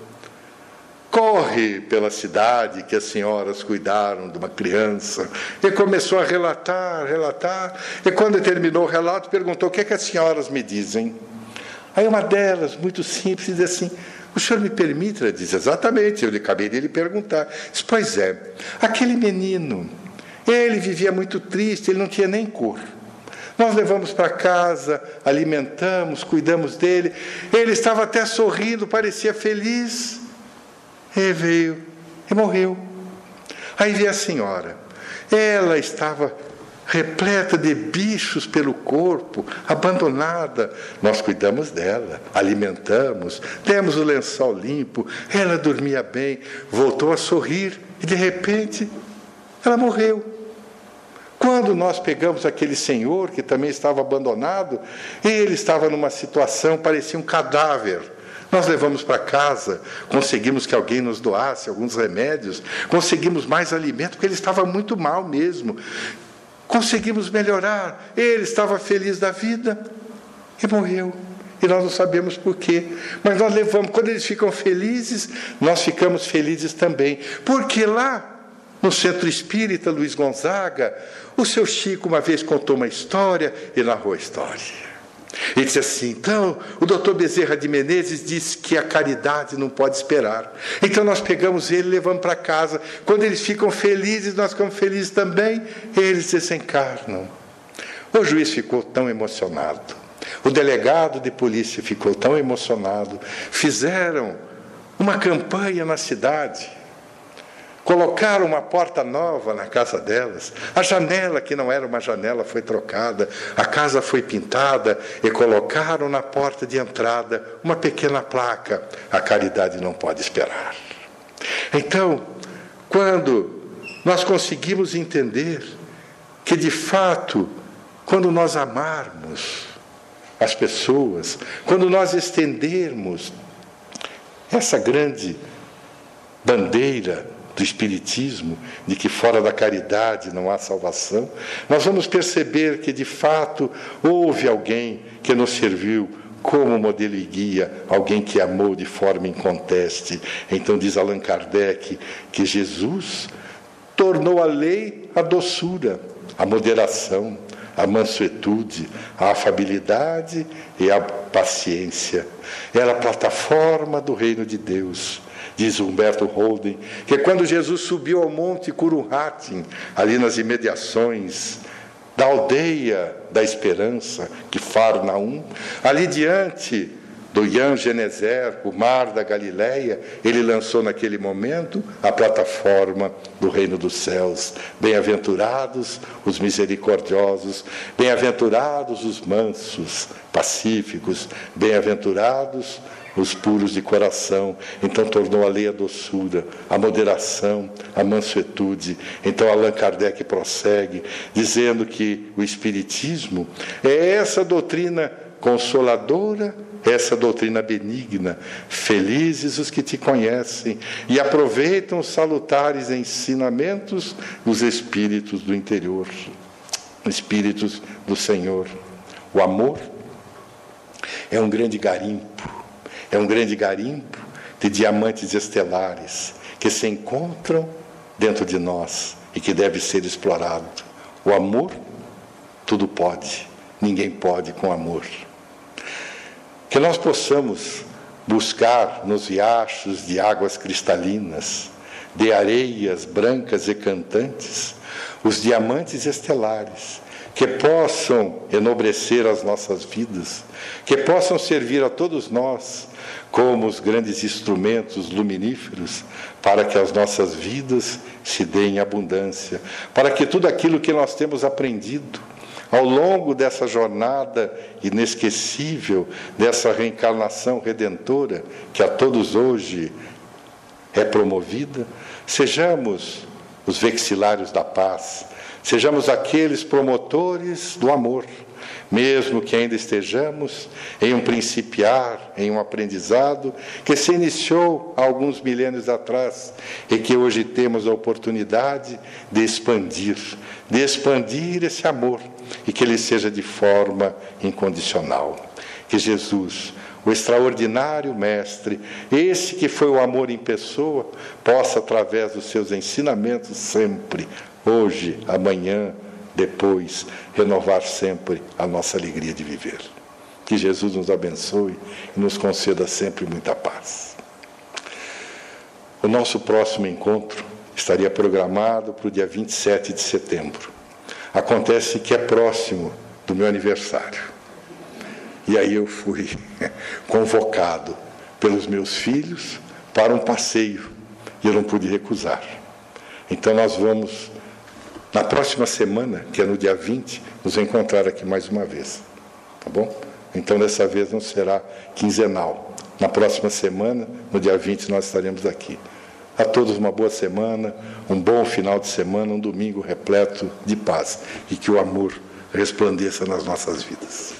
[SPEAKER 1] corre pela cidade que as senhoras cuidaram de uma criança. E começou a relatar, relatar. E quando terminou o relato, perguntou: o que é que as senhoras me dizem? Aí uma delas, muito simples, diz assim: o senhor me permite? Ela diz: exatamente, eu lhe acabei de lhe perguntar. Diz: pois é, aquele menino, ele vivia muito triste, ele não tinha nem cor. Nós levamos para casa, alimentamos, cuidamos dele. Ele estava até sorrindo, parecia feliz. Ele veio e morreu. Aí veio a senhora. Ela estava repleta de bichos pelo corpo, abandonada. Nós cuidamos dela, alimentamos, demos o lençol limpo, ela dormia bem, voltou a sorrir e, de repente, ela morreu. Quando nós pegamos aquele senhor que também estava abandonado, ele estava numa situação, parecia um cadáver. Nós levamos para casa, conseguimos que alguém nos doasse alguns remédios, conseguimos mais alimento, porque ele estava muito mal mesmo. Conseguimos melhorar, ele estava feliz da vida e morreu. E nós não sabemos por quê. Mas nós levamos, quando eles ficam felizes, nós ficamos felizes também. Porque lá, no Centro Espírita Luiz Gonzaga, o seu Chico uma vez contou uma história e narrou a história. Ele disse assim: então, o doutor Bezerra de Menezes disse que a caridade não pode esperar. Então nós pegamos ele e levamos para casa. Quando eles ficam felizes, nós ficamos felizes também, eles desencarnam. O juiz ficou tão emocionado, o delegado de polícia ficou tão emocionado, fizeram uma campanha na cidade, colocaram uma porta nova na casa delas, a janela que não era uma janela foi trocada, a casa foi pintada e colocaram na porta de entrada uma pequena placa: a caridade não pode esperar. Então, quando nós conseguimos entender que, de fato, quando nós amarmos as pessoas, quando nós estendermos essa grande bandeira do Espiritismo, de que fora da caridade não há salvação, nós vamos perceber que, de fato, houve alguém que nos serviu como modelo e guia, alguém que amou de forma inconteste. Então diz Allan Kardec que Jesus tornou a lei a doçura, a moderação, a mansuetude, a afabilidade e a paciência. Era a plataforma do reino de Deus. Diz Humberto Holden que quando Jesus subiu ao Monte Curumhatin, ali nas imediações da aldeia da Esperança, que Farnaum, ali diante do Ian Genezer, o mar da Galileia, ele lançou naquele momento a plataforma do reino dos céus. Bem-aventurados os misericordiosos, bem-aventurados os mansos, pacíficos, bem-aventurados os puros de coração. Então tornou a lei a doçura, a moderação, a mansuetude. Então Allan Kardec prossegue, dizendo que o Espiritismo é essa doutrina consoladora, essa doutrina benigna. Felizes os que te conhecem e aproveitam os salutares ensinamentos dos espíritos do interior, espíritos do Senhor. O amor é um grande garimpo, é um grande garimpo de diamantes estelares que se encontram dentro de nós e que deve ser explorado. O amor, tudo pode, ninguém pode com amor. Que nós possamos buscar nos riachos de águas cristalinas, de areias brancas e cantantes, os diamantes estelares, que possam enobrecer as nossas vidas, que possam servir a todos nós como os grandes instrumentos luminíferos para que as nossas vidas se deem em abundância, para que tudo aquilo que nós temos aprendido ao longo dessa jornada inesquecível, dessa reencarnação redentora que a todos hoje é promovida, sejamos os vexilários da paz, sejamos aqueles promotores do amor, mesmo que ainda estejamos em um principiar, em um aprendizado que se iniciou há alguns milênios atrás e que hoje temos a oportunidade de expandir, de expandir esse amor e que ele seja de forma incondicional. Que Jesus, o extraordinário mestre, esse que foi o amor em pessoa, possa, através dos seus ensinamentos, sempre, hoje, amanhã, depois, renovar sempre a nossa alegria de viver. Que Jesus nos abençoe e nos conceda sempre muita paz. O nosso próximo encontro estaria programado para o dia vinte e sete de setembro. Acontece que é próximo do meu aniversário. E aí eu fui convocado pelos meus filhos para um passeio e eu não pude recusar. Então nós vamos, na próxima semana, que é no dia vinte, nos encontrar aqui mais uma vez. Tá bom? Então dessa vez não será quinzenal. Na próxima semana, no dia vinte, nós estaremos aqui. A todos uma boa semana, um bom final de semana, um domingo repleto de paz. E que o amor resplandeça nas nossas vidas.